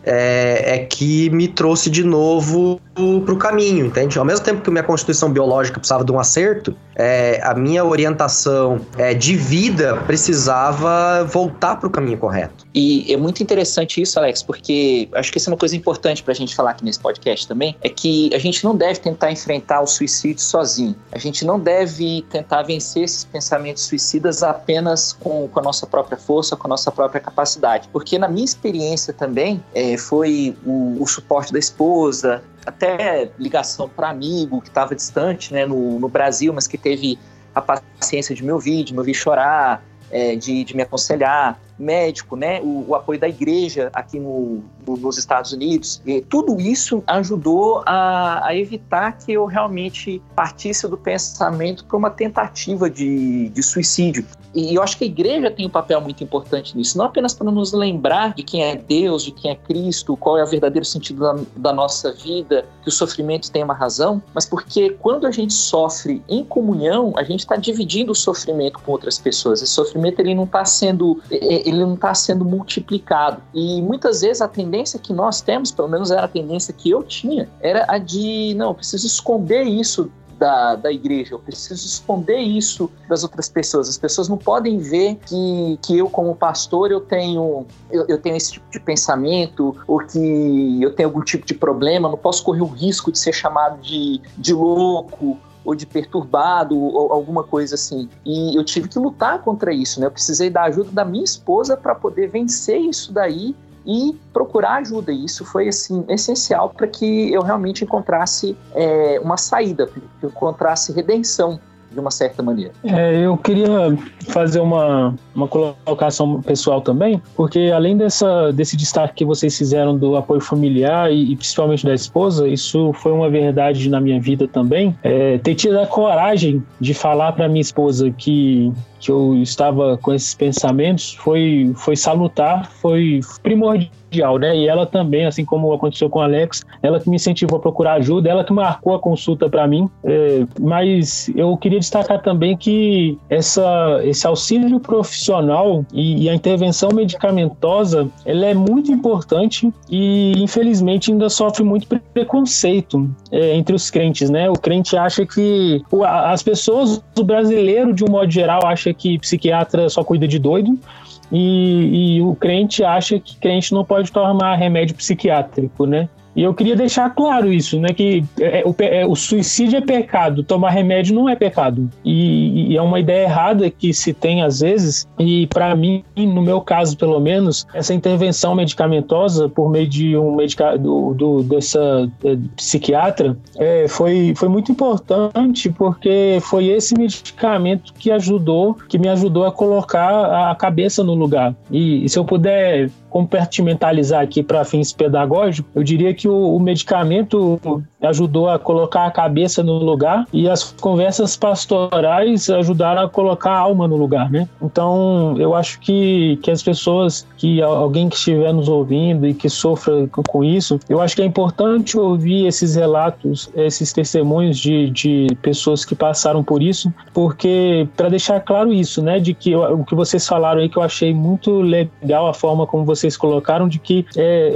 é, é que me trouxe de novo pro caminho, entende? Ao mesmo tempo que minha constituição biológica precisava de um acerto, é, a minha orientação é, de vida precisava voltar pro caminho correto. E é muito interessante isso, Alex, porque acho que isso é uma coisa importante pra gente falar aqui nesse podcast também, é que a gente não deve tentar enfrentar o suicídio sozinho. A gente não deve tentar vencer esses pensamentos suicidas apenas com, com a nossa própria força, com a nossa própria capacidade. Porque na minha experiência também, é, foi o, o suporte da esposa, até ligação para amigo que estava distante, né, no, no Brasil, mas que teve a paciência de me ouvir, de me ouvir chorar, é, de, de me aconselhar, médico, né, o, o apoio da igreja aqui no, no, nos Estados Unidos. E tudo isso ajudou a, a evitar que eu realmente partisse do pensamento para uma tentativa de, de suicídio. E eu acho que a igreja tem um papel muito importante nisso, não apenas para nos lembrar de quem é Deus, de quem é Cristo, qual é o verdadeiro sentido da, da nossa vida, que o sofrimento tem uma razão, mas porque quando a gente sofre em comunhão, a gente está dividindo o sofrimento com outras pessoas. Esse sofrimento ele não está sendo, ele não está sendo multiplicado. E muitas vezes a tendência que nós temos, pelo menos era a tendência que eu tinha, era a de, não, eu preciso esconder isso Da, da igreja, eu preciso esconder isso das outras pessoas. As pessoas não podem ver que, que eu, como pastor, eu tenho, eu, eu tenho esse tipo de pensamento, ou que eu tenho algum tipo de problema, não posso correr o risco de ser chamado de, de louco, ou de perturbado, ou alguma coisa assim. E eu tive que lutar contra isso, né? Eu precisei da ajuda da minha esposa para poder vencer isso daí e procurar ajuda. E isso foi assim, essencial para que eu realmente encontrasse é, uma saída, que eu encontrasse redenção de uma certa maneira. É, eu queria fazer uma, uma colocação pessoal também, porque além dessa, desse destaque que vocês fizeram do apoio familiar e, e principalmente da esposa, isso foi uma verdade na minha vida também. É, ter tido a coragem de falar para minha esposa que que eu estava com esses pensamentos foi, foi salutar, foi primordial, né? E ela também, assim como aconteceu com o Alex, ela que me incentivou a procurar ajuda, ela que marcou a consulta para mim. É, mas eu queria destacar também que essa, esse auxílio profissional e, e a intervenção medicamentosa, ela é muito importante e, infelizmente, ainda sofre muito preconceito é, entre os crentes, né? O crente acha que... As pessoas, o brasileiro, de um modo geral, acha que psiquiatra só cuida de doido e, e o crente acha que crente não pode tomar remédio psiquiátrico, né? E eu queria deixar claro isso, né? Que é, o, é, o suicídio é pecado, tomar remédio não é pecado. E, e é uma ideia errada que se tem às vezes, e para mim, no meu caso pelo menos, essa intervenção medicamentosa por meio de um medica, do, do, dessa é, psiquiatra é, foi, foi muito importante, porque foi esse medicamento que ajudou, que me ajudou a colocar a cabeça no lugar. E, e se eu puder compartimentalizar aqui para fins pedagógicos, eu diria que o, o medicamento ajudou a colocar a cabeça no lugar e as conversas pastorais ajudaram a colocar a alma no lugar, né? Então, eu acho que, que as pessoas, que alguém que estiver nos ouvindo e que sofra com, com isso, eu acho que é importante ouvir esses relatos, esses testemunhos de, de pessoas que passaram por isso, porque, para deixar claro isso, né, de que o que vocês falaram aí, que eu achei muito legal a forma como vocês vocês colocaram, de que é,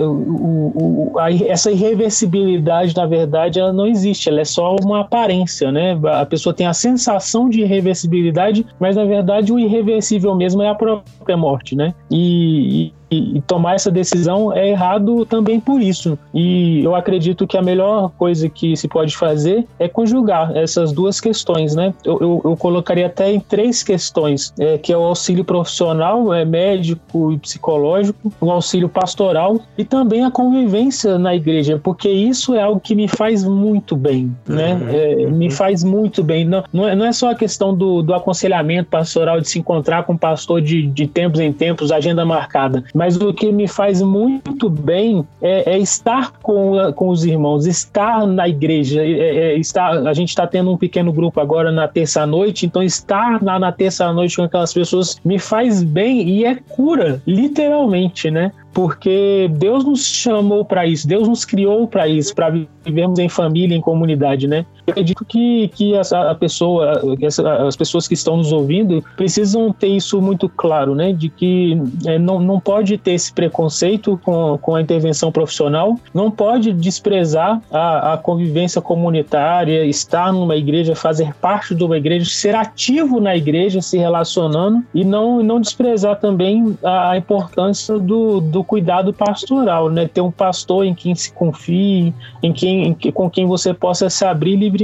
o, o, a, essa irreversibilidade, na verdade, ela não existe, ela é só uma aparência, né? A pessoa tem a sensação de irreversibilidade, mas, na verdade, o irreversível mesmo é a própria morte, né? E... e E, e tomar essa decisão é errado também por isso. E eu acredito que a melhor coisa que se pode fazer é conjugar essas duas questões, né? Eu, eu, eu colocaria até em três questões, é, que é o auxílio profissional, é, médico e psicológico, o auxílio pastoral e também a convivência na igreja, porque isso é algo que me faz muito bem, né? É, me faz muito bem. Não, não, é, não é só a questão do, do aconselhamento pastoral, de se encontrar com o pastor de, de tempos em tempos, agenda marcada, mas o que me faz muito bem é, é estar com, com os irmãos, estar na igreja, é, é estar, a gente está tendo um pequeno grupo agora na terça-noite, então estar lá na terça-noite com aquelas pessoas me faz bem e é cura, literalmente, né? porque Deus nos chamou para isso, Deus nos criou para isso, para vivermos em família, em comunidade, né? Eu acredito que, que a, a pessoa, as pessoas que estão nos ouvindo precisam ter isso muito claro, né? De que é, não, não pode ter esse preconceito com, com a intervenção profissional, não pode desprezar a, a convivência comunitária, estar numa igreja, fazer parte de uma igreja, ser ativo na igreja, se relacionando, e não, não desprezar também a, a importância do, do cuidado pastoral, né? Ter um pastor em quem se confie, em quem, em, com quem você possa se abrir livremente.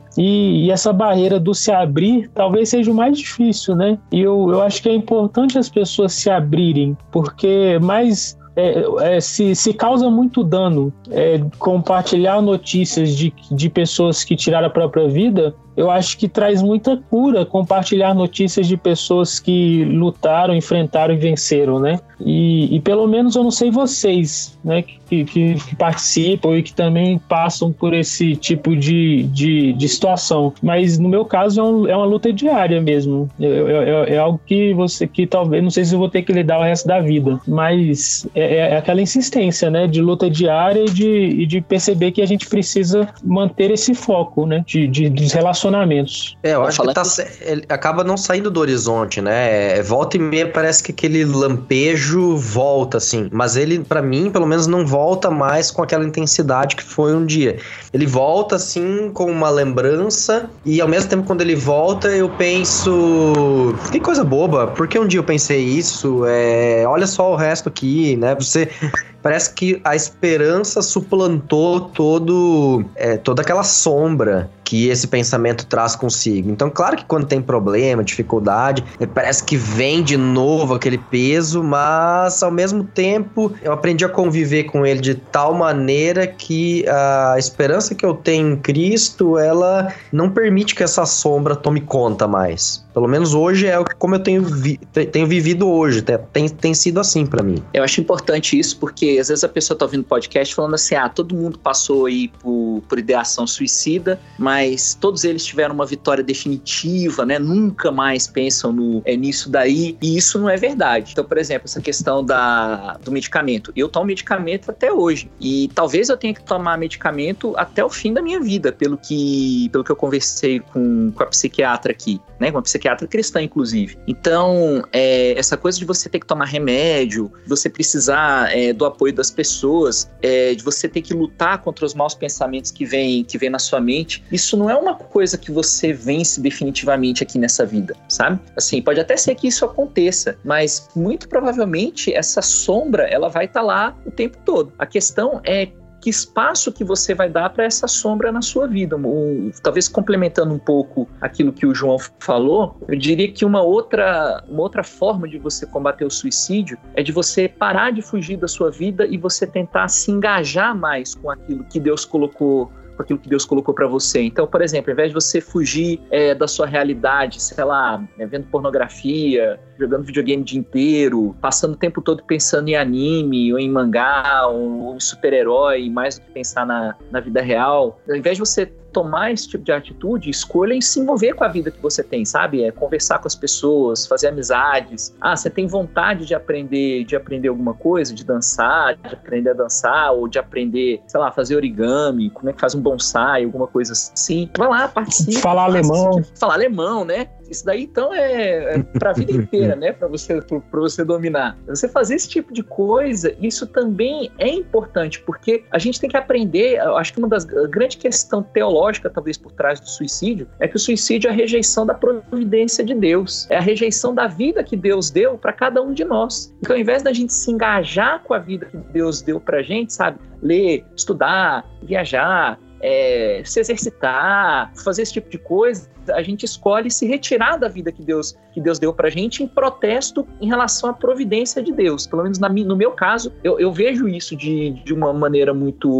E, e essa barreira do se abrir talvez seja o mais difícil, né? E eu, eu acho que é importante as pessoas se abrirem, porque mais... É, é, se, se causa muito dano é, compartilhar notícias de, de pessoas que tiraram a própria vida. Eu acho que traz muita cura compartilhar notícias de pessoas que lutaram, enfrentaram e venceram, né? E, e pelo menos eu não sei vocês, né, que, que, que participam e que também passam por esse tipo de, de, de situação. Mas no meu caso é, um, é uma luta diária mesmo. É, é, é algo que você, que talvez, não sei se eu vou ter que lidar o resto da vida, mas é, é aquela insistência, né, de luta diária e de, e de perceber que a gente precisa manter esse foco, né, de, de, de relacionamentos. É, eu acho que tá, ele acaba não saindo do horizonte, né? Volta e meia parece que aquele lampejo volta, assim. Mas ele, pra mim, pelo menos não volta mais com aquela intensidade que foi um dia. Ele volta, assim, com uma lembrança, e ao mesmo tempo, quando ele volta, eu penso... Que coisa boba, por que um dia eu pensei isso? É, olha só o resto aqui, né? Você... Parece que a esperança suplantou todo, é, toda aquela sombra que esse pensamento traz consigo. Então, claro que quando tem problema, dificuldade, parece que vem de novo aquele peso, mas ao mesmo tempo eu aprendi a conviver com ele de tal maneira que a esperança que eu tenho em Cristo, ela não permite que essa sombra tome conta mais. Pelo menos hoje é como eu tenho, vi, tenho vivido hoje, tem, tem sido assim pra mim. Eu acho importante isso porque às vezes a pessoa tá ouvindo podcast falando assim, ah, todo mundo passou aí por, por ideação suicida, mas todos eles tiveram uma vitória definitiva, né? Nunca mais pensam no, é, nisso daí, e isso não é verdade. Então, por exemplo, essa questão da, do medicamento. Eu tomo medicamento até hoje, e talvez eu tenha que tomar medicamento até o fim da minha vida, pelo que, pelo que eu conversei com, com a psiquiatra aqui, né? Com a psiquiatra cristã, inclusive. Então, é, essa coisa de você ter que tomar remédio, de você precisar é, do apoio das pessoas, é, de você ter que lutar contra os maus pensamentos que vêm que vem na sua mente, isso não é uma coisa que você vence definitivamente aqui nessa vida, sabe? Assim, pode até ser que isso aconteça, mas muito provavelmente essa sombra, ela vai estar lá o tempo todo. A questão é que espaço que você vai dar para essa sombra na sua vida. Um, talvez complementando um pouco aquilo que o João falou, eu diria que uma outra, uma outra forma de você combater o suicídio é de você parar de fugir da sua vida e você tentar se engajar mais com aquilo que Deus colocou com aquilo que Deus colocou para você. Então, por exemplo, ao invés de você fugir é, da sua realidade, sei lá, é, vendo pornografia, jogando videogame o dia inteiro, passando o tempo todo pensando em anime, ou em mangá, ou em super-herói, mais do que pensar na, na vida real, ao invés de você tomar esse tipo de atitude, escolha em se envolver com a vida que você tem, sabe? É conversar com as pessoas, fazer amizades. Ah, você tem vontade de aprender, de aprender alguma coisa, de dançar, de aprender a dançar, ou de aprender, sei lá, fazer origami, como é que faz um bonsai, alguma coisa assim. Vai lá, participa. Falar alemão. Falar alemão, né? Isso daí, então, é, é para a vida inteira, né? Para você, para você dominar. Você fazer esse tipo de coisa, isso também é importante, porque a gente tem que aprender, eu acho que uma das grandes questões teológicas, talvez, por trás do suicídio, é que o suicídio é a rejeição da providência de Deus. É a rejeição da vida que Deus deu para cada um de nós. Então, ao invés da gente se engajar com a vida que Deus deu pra gente, sabe? Ler, estudar, viajar, É, se exercitar, fazer esse tipo de coisa, a gente escolhe se retirar da vida que Deus, que Deus deu pra gente em protesto em relação à providência de Deus. Pelo menos na, no meu caso, eu, eu vejo isso de, de uma maneira muito,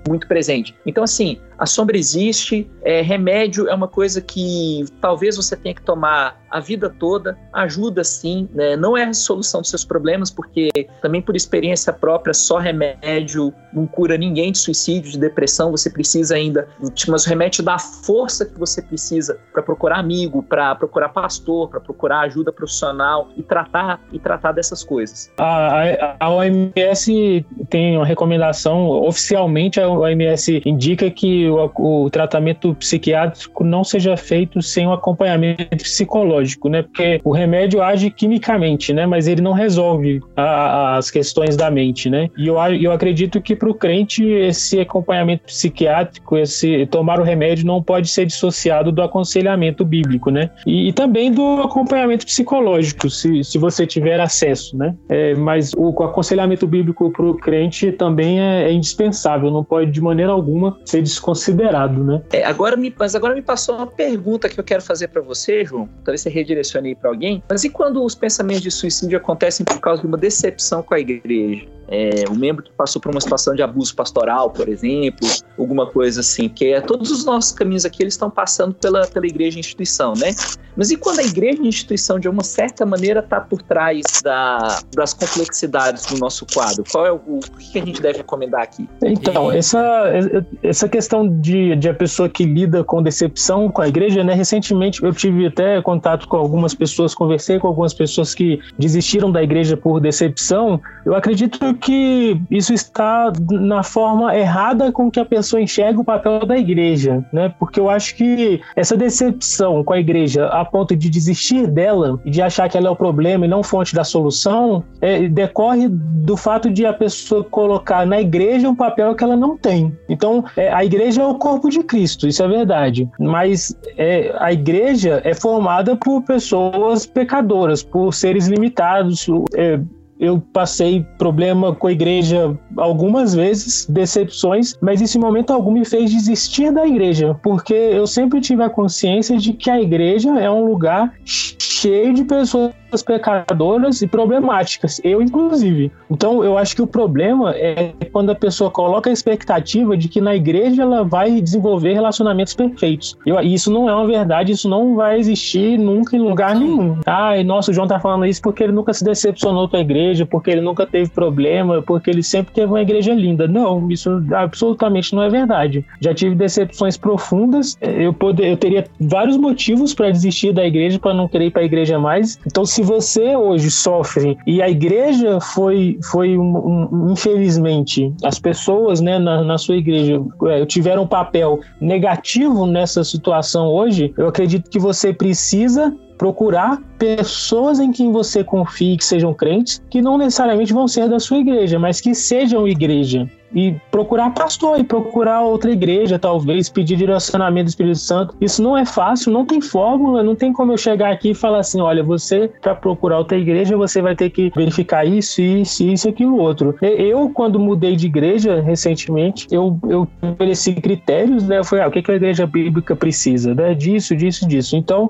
muito presente. Então, assim, a sombra existe, é, remédio é uma coisa que talvez você tenha que tomar a vida toda, ajuda sim, né? Não é a solução dos seus problemas, porque também por experiência própria, só remédio não cura ninguém de suicídio, de depressão, você precisa ainda, mas o remédio dá a força que você precisa para procurar amigo, para procurar pastor, para procurar ajuda profissional e tratar, e tratar dessas coisas. A, a, a O M S tem uma recomendação, oficialmente a O M S indica que o, o tratamento psiquiátrico não seja feito sem um acompanhamento psicológico, né? Porque o remédio age quimicamente, né? Mas ele não resolve a, as questões da mente, né? E eu, eu acredito que para o crente esse acompanhamento psiquiátrico, esse tomar o remédio não pode ser dissociado do aconselhamento bíblico, né? E, e também do acompanhamento psicológico, se, se você tiver acesso, né? É, mas o, o aconselhamento bíblico para o crente também é, é indispensável, não pode de maneira alguma ser desconsiderado, né? É, agora me, mas agora me passou uma pergunta que eu quero fazer para você, João. Talvez você redirecione aí para alguém. Mas e quando os pensamentos de suicídio acontecem por causa de uma decepção com a igreja? É, um membro que passou por uma situação de abuso pastoral, por exemplo, alguma coisa assim, que é, todos os nossos caminhos aqui, eles estão passando pela, pela igreja e instituição, né? Mas e quando a igreja e a instituição, de uma certa maneira, está por trás da, das complexidades do nosso quadro? Qual é o, o que a gente deve recomendar aqui? Então, essa, essa questão de, de a pessoa que lida com decepção com a igreja, né? Recentemente eu tive até contato com algumas pessoas, conversei com algumas pessoas que desistiram da igreja por decepção. Eu acredito que isso está na forma errada com que a pessoa enxerga o papel da igreja, né? Porque eu acho que essa decepção com a igreja a ponto de desistir dela e de achar que ela é o problema e não fonte da solução, é, decorre do fato de a pessoa colocar na igreja um papel que ela não tem. Então, é, a igreja é o corpo de Cristo, isso é verdade, mas é, a igreja é formada por pessoas pecadoras, por seres limitados. é, Eu passei problema com a igreja algumas vezes, decepções, mas isso em momento algum me fez desistir da igreja, porque eu sempre tive a consciência de que a igreja é um lugar cheio de pessoas pecadoras e problemáticas, eu inclusive. Então eu acho que o problema é quando a pessoa coloca a expectativa de que na igreja ela vai desenvolver relacionamentos perfeitos. Eu, isso não é uma verdade, isso não vai existir nunca em lugar nenhum. Ai, nossa, o João tá falando isso porque ele nunca se decepcionou com a igreja, porque ele nunca teve problema, porque ele sempre teve uma igreja linda. Não, isso absolutamente não é verdade. Já tive decepções profundas, eu, poder, eu teria vários motivos para desistir da igreja, para não querer ir para a igreja mais. Então, se você hoje sofre e a igreja foi, foi um, um, infelizmente, as pessoas, né, na, na sua igreja é, tiveram um papel negativo nessa situação hoje, eu acredito que você precisa procurar pessoas em quem você confie que sejam crentes, que não necessariamente vão ser da sua igreja, mas que sejam igreja. E procurar pastor, e procurar outra igreja, talvez, pedir direcionamento do Espírito Santo. Isso não é fácil, não tem fórmula, não tem como eu chegar aqui e falar assim, olha, você, para procurar outra igreja, você vai ter que verificar isso, isso, isso e aquilo outro. Eu, quando mudei de igreja, recentemente, eu, eu estabeleci critérios, né? Eu falei, ah, o que a igreja bíblica precisa? Né? Disso, disso, disso. Então,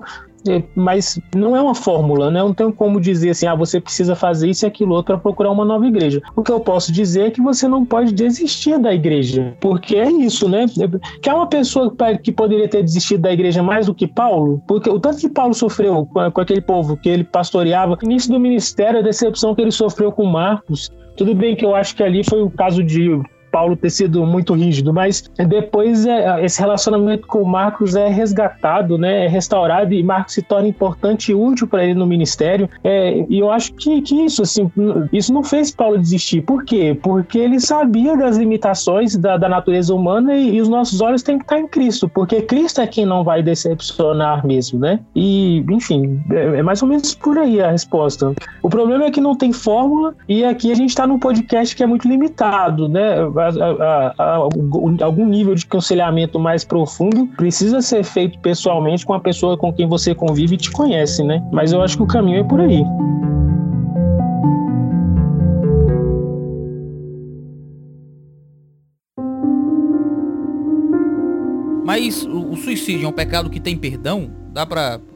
mas não é uma fórmula, né? Não tem como dizer assim, ah, você precisa fazer isso e aquilo outro para procurar uma nova igreja. O que eu posso dizer é que você não pode desistir da igreja, porque é isso, né? Que é uma pessoa que poderia ter desistido da igreja mais do que Paulo, porque o tanto que Paulo sofreu com, com aquele povo que ele pastoreava, no início do ministério, a decepção que ele sofreu com Marcos, tudo bem que eu acho que ali foi o caso de Paulo ter sido muito rígido, mas depois é, esse relacionamento com o Marcos é resgatado, né, é restaurado e Marcos se torna importante e útil para ele no ministério. É, e eu acho que, que isso, assim, isso não fez Paulo desistir. Por quê? Porque ele sabia das limitações da, da natureza humana e, e os nossos olhos têm que estar em Cristo, porque Cristo é quem não vai decepcionar mesmo, né? E, enfim, é, é mais ou menos por aí a resposta. O problema é que não tem fórmula e aqui a gente está num podcast que é muito limitado, né? A, a, a, algum nível de aconselhamento mais profundo precisa ser feito pessoalmente com a pessoa com quem você convive e te conhece, né? Mas eu acho que o caminho é por aí. Mas o, o suicídio é um pecado que tem perdão? Dá pra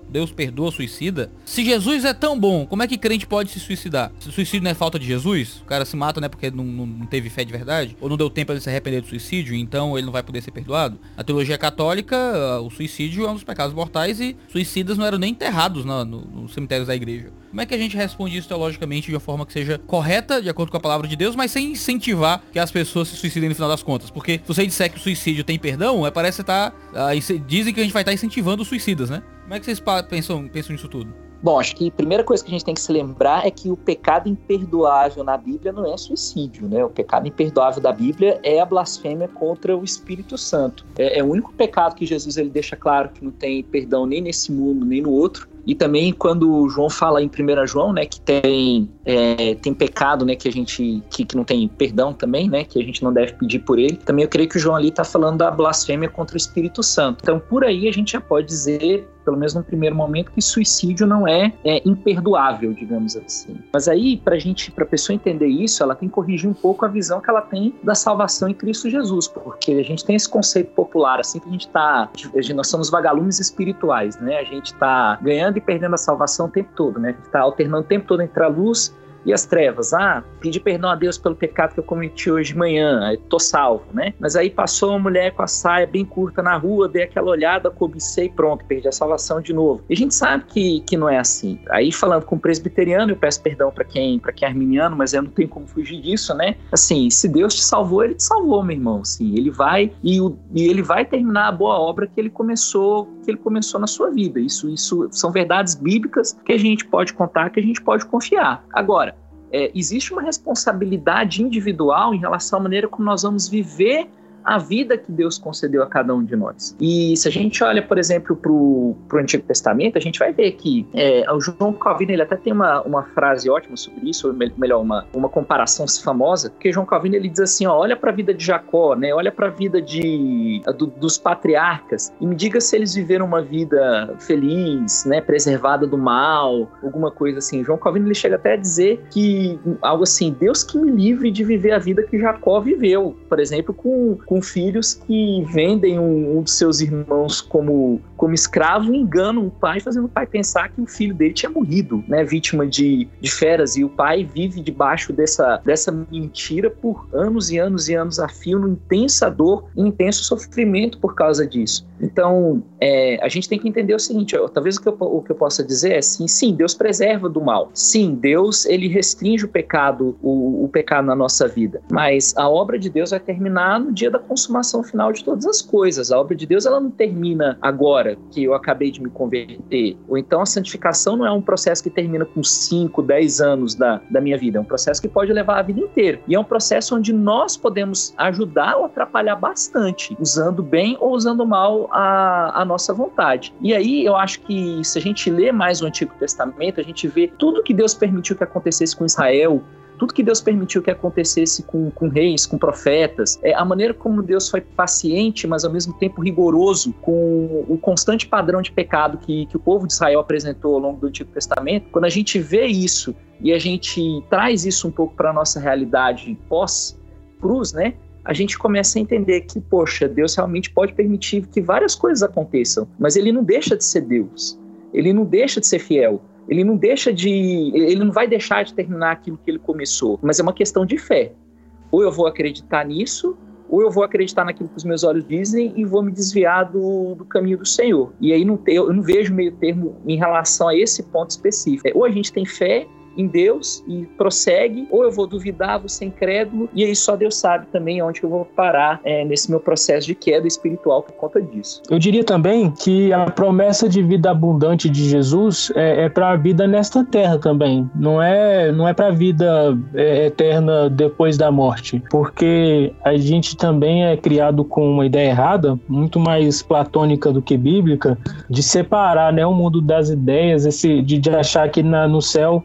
Deus perdoa suicida. Se Jesus é tão bom, como é que crente pode se suicidar? Se suicídio não é falta de Jesus? O cara se mata, né, porque não, não, não teve fé de verdade? Ou não deu tempo pra ele se arrepender do suicídio, então ele não vai poder ser perdoado? Na teologia católica, o suicídio é um dos pecados mortais e suicidas não eram nem enterrados no, no, nos cemitérios da igreja. Como é que a gente responde isso teologicamente de uma forma que seja correta, de acordo com a palavra de Deus, mas sem incentivar que as pessoas se suicidem no final das contas? Porque se você disser que o suicídio tem perdão, é, parece que tá... Uh, dizem que a gente vai estar tá incentivando os suicidas, né? Como é que vocês pensam, pensam nisso tudo? Bom, acho que a primeira coisa que a gente tem que se lembrar é que o pecado imperdoável na Bíblia não é suicídio, né? O pecado imperdoável da Bíblia é a blasfêmia contra o Espírito Santo. É, é o único pecado que Jesus ele deixa claro que não tem perdão nem nesse mundo, nem no outro. E também quando João fala em primeiro João, né, que tem, é, tem pecado, né, que a gente que, que não tem perdão também, né, que a gente não deve pedir por ele. Também eu creio que o João ali está falando da blasfêmia contra o Espírito Santo. Então por aí a gente já pode dizer, pelo menos no primeiro momento, que suicídio não é, é imperdoável, digamos assim. Mas aí pra gente, pra pessoa entender isso, ela tem que corrigir um pouco a visão que ela tem da salvação em Cristo Jesus, porque a gente tem esse conceito popular, assim, que a gente tá, nós somos vagalumes espirituais, né, a gente tá ganhando e perdendo a salvação o tempo todo, né? A gente está alternando o tempo todo entre a luz e as trevas. Ah, pedi perdão a Deus pelo pecado que eu cometi hoje de manhã, tô salvo, né? Mas aí passou uma mulher com a saia bem curta na rua, dei aquela olhada, cobicei e pronto, perdi a salvação de novo. E a gente sabe que, que não é assim. Aí falando com o presbiteriano, eu peço perdão para quem, para quem é arminiano, mas eu não tenho como fugir disso, né? Assim, se Deus te salvou, ele te salvou, meu irmão. Assim, ele vai e, o, e ele vai terminar a boa obra que ele começou, que ele começou na sua vida. Isso, isso são verdades bíblicas que a gente pode contar, que a gente pode confiar. Agora, É, existe uma responsabilidade individual em relação à maneira como nós vamos viver a vida que Deus concedeu a cada um de nós. E se a gente olha, por exemplo, para o Antigo Testamento, a gente vai ver que é, o João Calvino ele até tem uma, uma frase ótima sobre isso, ou melhor, uma, uma comparação famosa, porque João Calvino ele diz assim, ó, olha para a vida de Jacó, né, olha para a vida de, do, dos patriarcas e me diga se eles viveram uma vida feliz, né, preservada do mal, alguma coisa assim. João Calvino ele chega até a dizer que algo assim, Deus que me livre de viver a vida que Jacó viveu, por exemplo, com, com filhos que vendem um, um dos seus irmãos como, como escravo e enganam o pai, fazendo o pai pensar que o filho dele tinha morrido, né, vítima de, de feras, e o pai vive debaixo dessa, dessa mentira por anos e anos e anos a fio, numa intensa dor e intenso sofrimento por causa disso. Então, é, a gente tem que entender o seguinte, ó, talvez o que, eu, o que eu possa dizer é sim, sim, Deus preserva do mal, sim, Deus ele restringe o pecado, o, o pecado na nossa vida, mas a obra de Deus vai terminar no dia da consumação final de todas as coisas. A obra de Deus ela não termina agora que eu acabei de me converter, ou então a santificação não é um processo que termina com cinco, dez anos da, da minha vida, é um processo que pode levar a vida inteira, e é um processo onde nós podemos ajudar ou atrapalhar bastante, usando bem ou usando mal a, a nossa vontade. E aí eu acho que se a gente lê mais o Antigo Testamento, a gente vê tudo que Deus permitiu que acontecesse com Israel, tudo que Deus permitiu que acontecesse com, com reis, com profetas, é, a maneira como Deus foi paciente, mas ao mesmo tempo rigoroso com o constante padrão de pecado que, que o povo de Israel apresentou ao longo do Antigo Testamento. Quando a gente vê isso e a gente traz isso um pouco para a nossa realidade pós-cruz, né, a gente começa a entender que, poxa, Deus realmente pode permitir que várias coisas aconteçam, mas ele não deixa de ser Deus, ele não deixa de ser fiel. Ele não deixa de, ele não vai deixar de terminar aquilo que ele começou, mas é uma questão de fé. Ou eu vou acreditar nisso, ou eu vou acreditar naquilo que os meus olhos dizem e vou me desviar do, do caminho do Senhor. E aí não te, eu não vejo meio termo em relação a esse ponto específico. Ou a gente tem fé em Deus e prossegue, ou eu vou duvidar, vou ser incrédulo, e aí só Deus sabe também onde eu vou parar é, nesse meu processo de queda espiritual por conta disso. Eu diria também que a promessa de vida abundante de Jesus é, é para a vida nesta terra também, não é, não é para a vida é, eterna depois da morte, porque a gente também é criado com uma ideia errada, muito mais platônica do que bíblica, de separar, né, o mundo das ideias, esse, de, de achar que na, no céu vai ser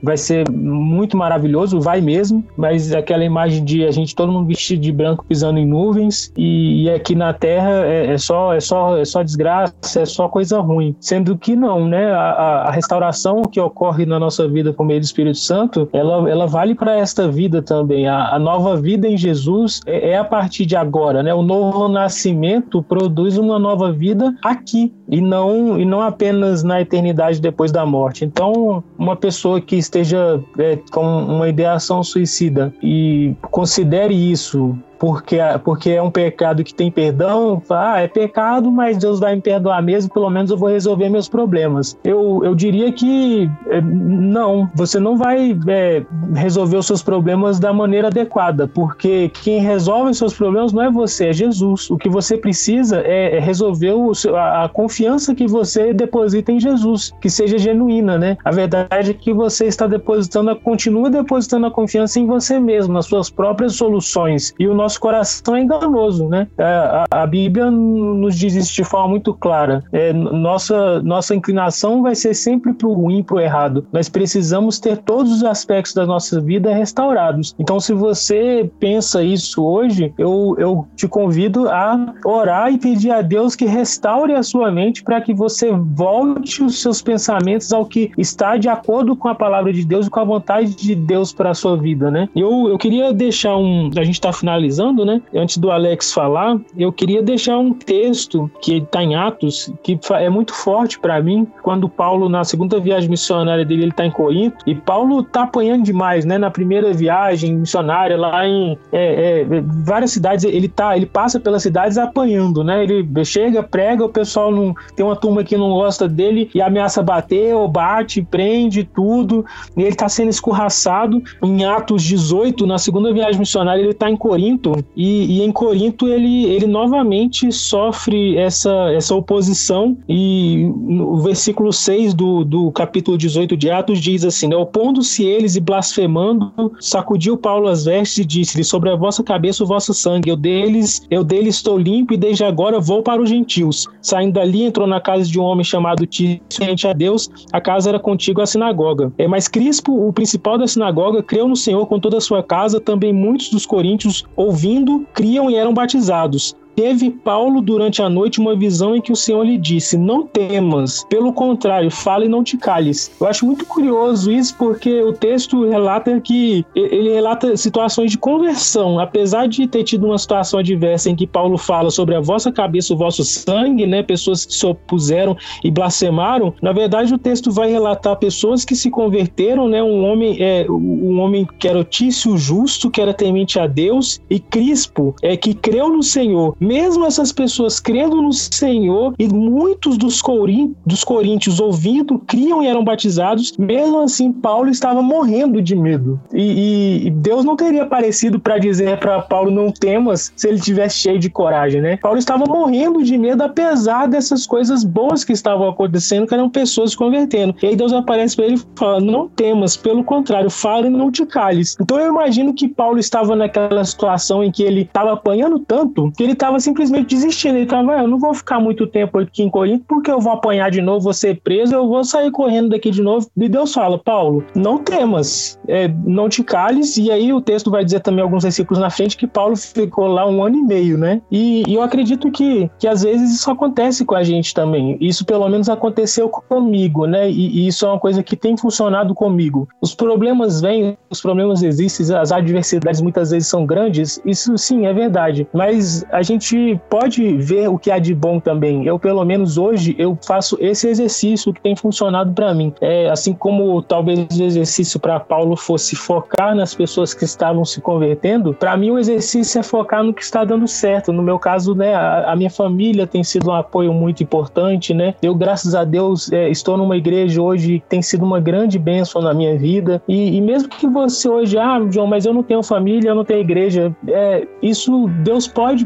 ser muito maravilhoso, vai mesmo, mas aquela imagem de a gente todo mundo vestido de branco pisando em nuvens e, e aqui na Terra é, é, só, é, só, é só desgraça, é só coisa ruim. Sendo que não, né? A, a restauração que ocorre na nossa vida por meio do Espírito Santo, ela, ela vale para esta vida também. A, a nova vida em Jesus é, é a partir de agora, né? O novo nascimento produz uma nova vida aqui e não, e não apenas na eternidade depois da morte. Então, uma pessoa que esteja é, com uma ideação suicida e considere isso porque, porque é um pecado que tem perdão, ah, é pecado, mas Deus vai me perdoar mesmo, pelo menos eu vou resolver meus problemas. Eu, eu diria que é, não, você não vai é, resolver os seus problemas da maneira adequada, porque quem resolve os seus problemas não é você, é Jesus. O que você precisa é, é resolver o seu, a, a confiança que você deposita em Jesus, que seja genuína, né? A verdade é que você está depositando, continua depositando a confiança em você mesmo, nas suas próprias soluções. E o nosso coração é enganoso, né? A, a, a Bíblia nos diz isso de forma muito clara. É, nossa, nossa inclinação vai ser sempre para o ruim, para o errado. Nós precisamos ter todos os aspectos da nossa vida restaurados. Então, se você pensa isso hoje, eu, eu te convido a orar e pedir a Deus que restaure a sua mente para que você volte os seus pensamentos ao que está de acordo com a palavra de Deus e com a vontade de Deus para a sua vida, né? Eu, eu queria deixar um... A gente está finalizando, né? Antes do Alex falar, eu queria deixar um texto que está em Atos, que é muito forte para mim, quando Paulo, na segunda viagem missionária dele, ele está em Corinto, e Paulo está apanhando demais, né? Na primeira viagem missionária, lá em é, é, várias cidades, ele, tá, ele passa pelas cidades apanhando, né? Ele chega, prega, o pessoal não, tem uma turma que não gosta dele e ameaça bater, ou bate, prende, tudo, e ele está sendo escorraçado. Em Atos dezoito, na segunda viagem missionária, ele está em Corinto, E, e em Corinto ele, ele novamente sofre essa, essa oposição, e o versículo seis do, do capítulo dezoito de Atos diz assim, né? Opondo-se eles e blasfemando, sacudiu Paulo as vestes e disse-lhe, sobre a vossa cabeça o vosso sangue, eu deles, eu deles estou limpo e desde agora vou para os gentios. Saindo dali, entrou na casa de um homem chamado Tício, rente a Deus, a casa era contígua à sinagoga. É, mas Crispo, o principal da sinagoga, creu no Senhor com toda a sua casa, também muitos dos coríntios ouvindo, criam e eram batizados. Teve Paulo durante a noite uma visão em que o Senhor lhe disse, não temas, pelo contrário, fala e não te cales. Eu acho muito curioso isso, porque o texto relata que ele relata situações de conversão, apesar de ter tido uma situação adversa em que Paulo fala sobre a vossa cabeça, o vosso sangue, né, pessoas que se opuseram e blasfemaram. Na verdade, o texto vai relatar pessoas que se converteram, né, um homem, é, um homem que era Tício justo, que era temente a Deus, e Crispo, é, que creu no Senhor. Mesmo essas pessoas crendo no Senhor e muitos dos, corin- dos coríntios ouvindo, criam e eram batizados, mesmo assim Paulo estava morrendo de medo. E, e Deus não teria aparecido para dizer para Paulo não temas se ele tivesse cheio de coragem, né? Paulo estava morrendo de medo apesar dessas coisas boas que estavam acontecendo, que eram pessoas se convertendo. E aí Deus aparece para ele e fala, não temas, pelo contrário, fala e não te cales. Então eu imagino que Paulo estava naquela situação em que ele estava apanhando tanto que ele estava simplesmente desistindo. Ele estava, eu não vou ficar muito tempo aqui em Corinto porque eu vou apanhar de novo, vou ser preso, eu vou sair correndo daqui de novo. E Deus fala, Paulo, não temas, é, não te cales. E aí o texto vai dizer também alguns versículos na frente que Paulo ficou lá um ano e meio, né? E, e eu acredito que, que às vezes isso acontece com a gente também. Isso pelo menos aconteceu comigo, né? E, e isso é uma coisa que tem funcionado comigo. Os problemas vêm, os problemas existem, as adversidades muitas vezes são grandes, isso sim, é verdade. Mas a gente pode ver o que há de bom também. Eu, pelo menos hoje, eu faço esse exercício que tem funcionado para mim. É, assim como talvez o exercício para Paulo fosse focar nas pessoas que estavam se convertendo, para mim o exercício é focar no que está dando certo. No meu caso, né, a, a minha família tem sido um apoio muito importante, né? Eu, graças a Deus, é, estou numa igreja hoje que tem sido uma grande bênção na minha vida. E, e mesmo que você hoje, ah, João, mas eu não tenho família, eu não tenho igreja, é, isso Deus pode providenciar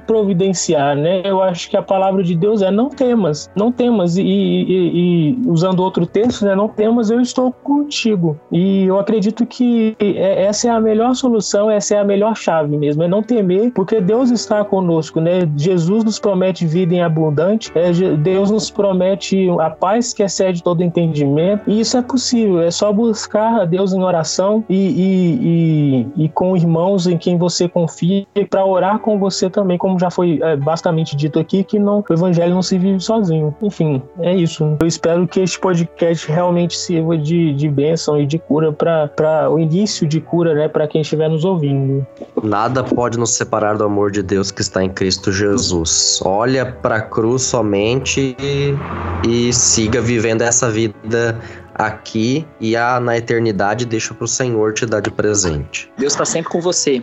vivenciar, né? Eu acho que a palavra de Deus é não temas, não temas, e, e, e usando outro texto, né? Não temas, eu estou contigo. E eu acredito que essa é a melhor solução, essa é a melhor chave mesmo, é não temer, porque Deus está conosco, né? Jesus nos promete vida em abundante, é, Deus nos promete a paz que excede todo entendimento, e isso é possível, é só buscar a Deus em oração e, e, e, e com irmãos em quem você confia, para orar com você também, como já foi é, bastante dito aqui, que não, o evangelho não se vive sozinho. Enfim, é isso. Eu espero que este podcast realmente sirva de, de bênção e de cura, para o início de cura, né, para quem estiver nos ouvindo. Nada pode nos separar do amor de Deus que está em Cristo Jesus. Olha para a cruz somente e, e siga vivendo essa vida aqui, e a, na eternidade deixa para o Senhor te dar de presente. Deus está sempre com você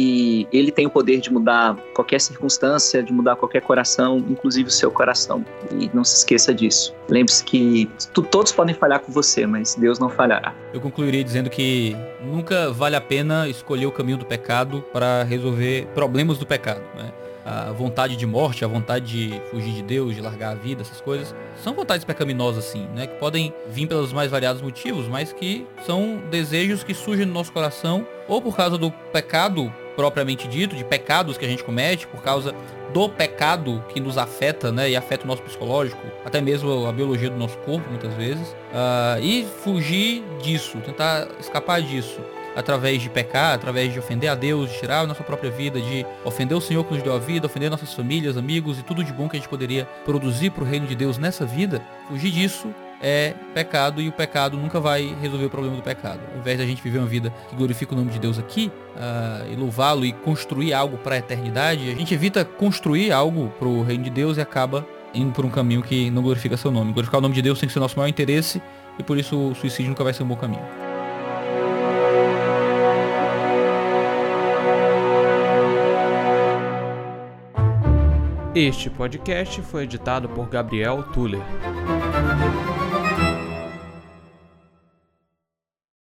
e Ele tem o poder de mudar qualquer circunstância, de mudar qualquer coração, inclusive o seu coração. E não se esqueça disso. Lembre-se que tu, todos podem falhar com você, mas Deus não falhará. Eu concluiria dizendo que nunca vale a pena escolher o caminho do pecado para resolver problemas do pecado, né? A vontade de morte, a vontade de fugir de Deus, de largar a vida, essas coisas, são vontades pecaminosas, sim, né? Que podem vir pelos mais variados motivos, mas que são desejos que surgem no nosso coração, ou por causa do pecado propriamente dito, de pecados que a gente comete, por causa do pecado que nos afeta, né? E afeta o nosso psicológico, até mesmo a biologia do nosso corpo, muitas vezes. Uh, e fugir disso, tentar escapar disso, através de pecar, através de ofender a Deus, de tirar a nossa própria vida, de ofender o Senhor que nos deu a vida, ofender nossas famílias, amigos e tudo de bom que a gente poderia produzir para o reino de Deus nessa vida. Fugir disso é pecado, e o pecado nunca vai resolver o problema do pecado. Ao invés da gente viver uma vida que glorifica o nome de Deus aqui, uh, e louvá-lo e construir algo para a eternidade, a gente evita construir algo para o reino de Deus e acaba indo por um caminho que não glorifica seu nome. Glorificar o nome de Deus tem que ser o nosso maior interesse, e por isso o suicídio nunca vai ser um bom caminho. Este podcast foi editado por Gabriel Tuller.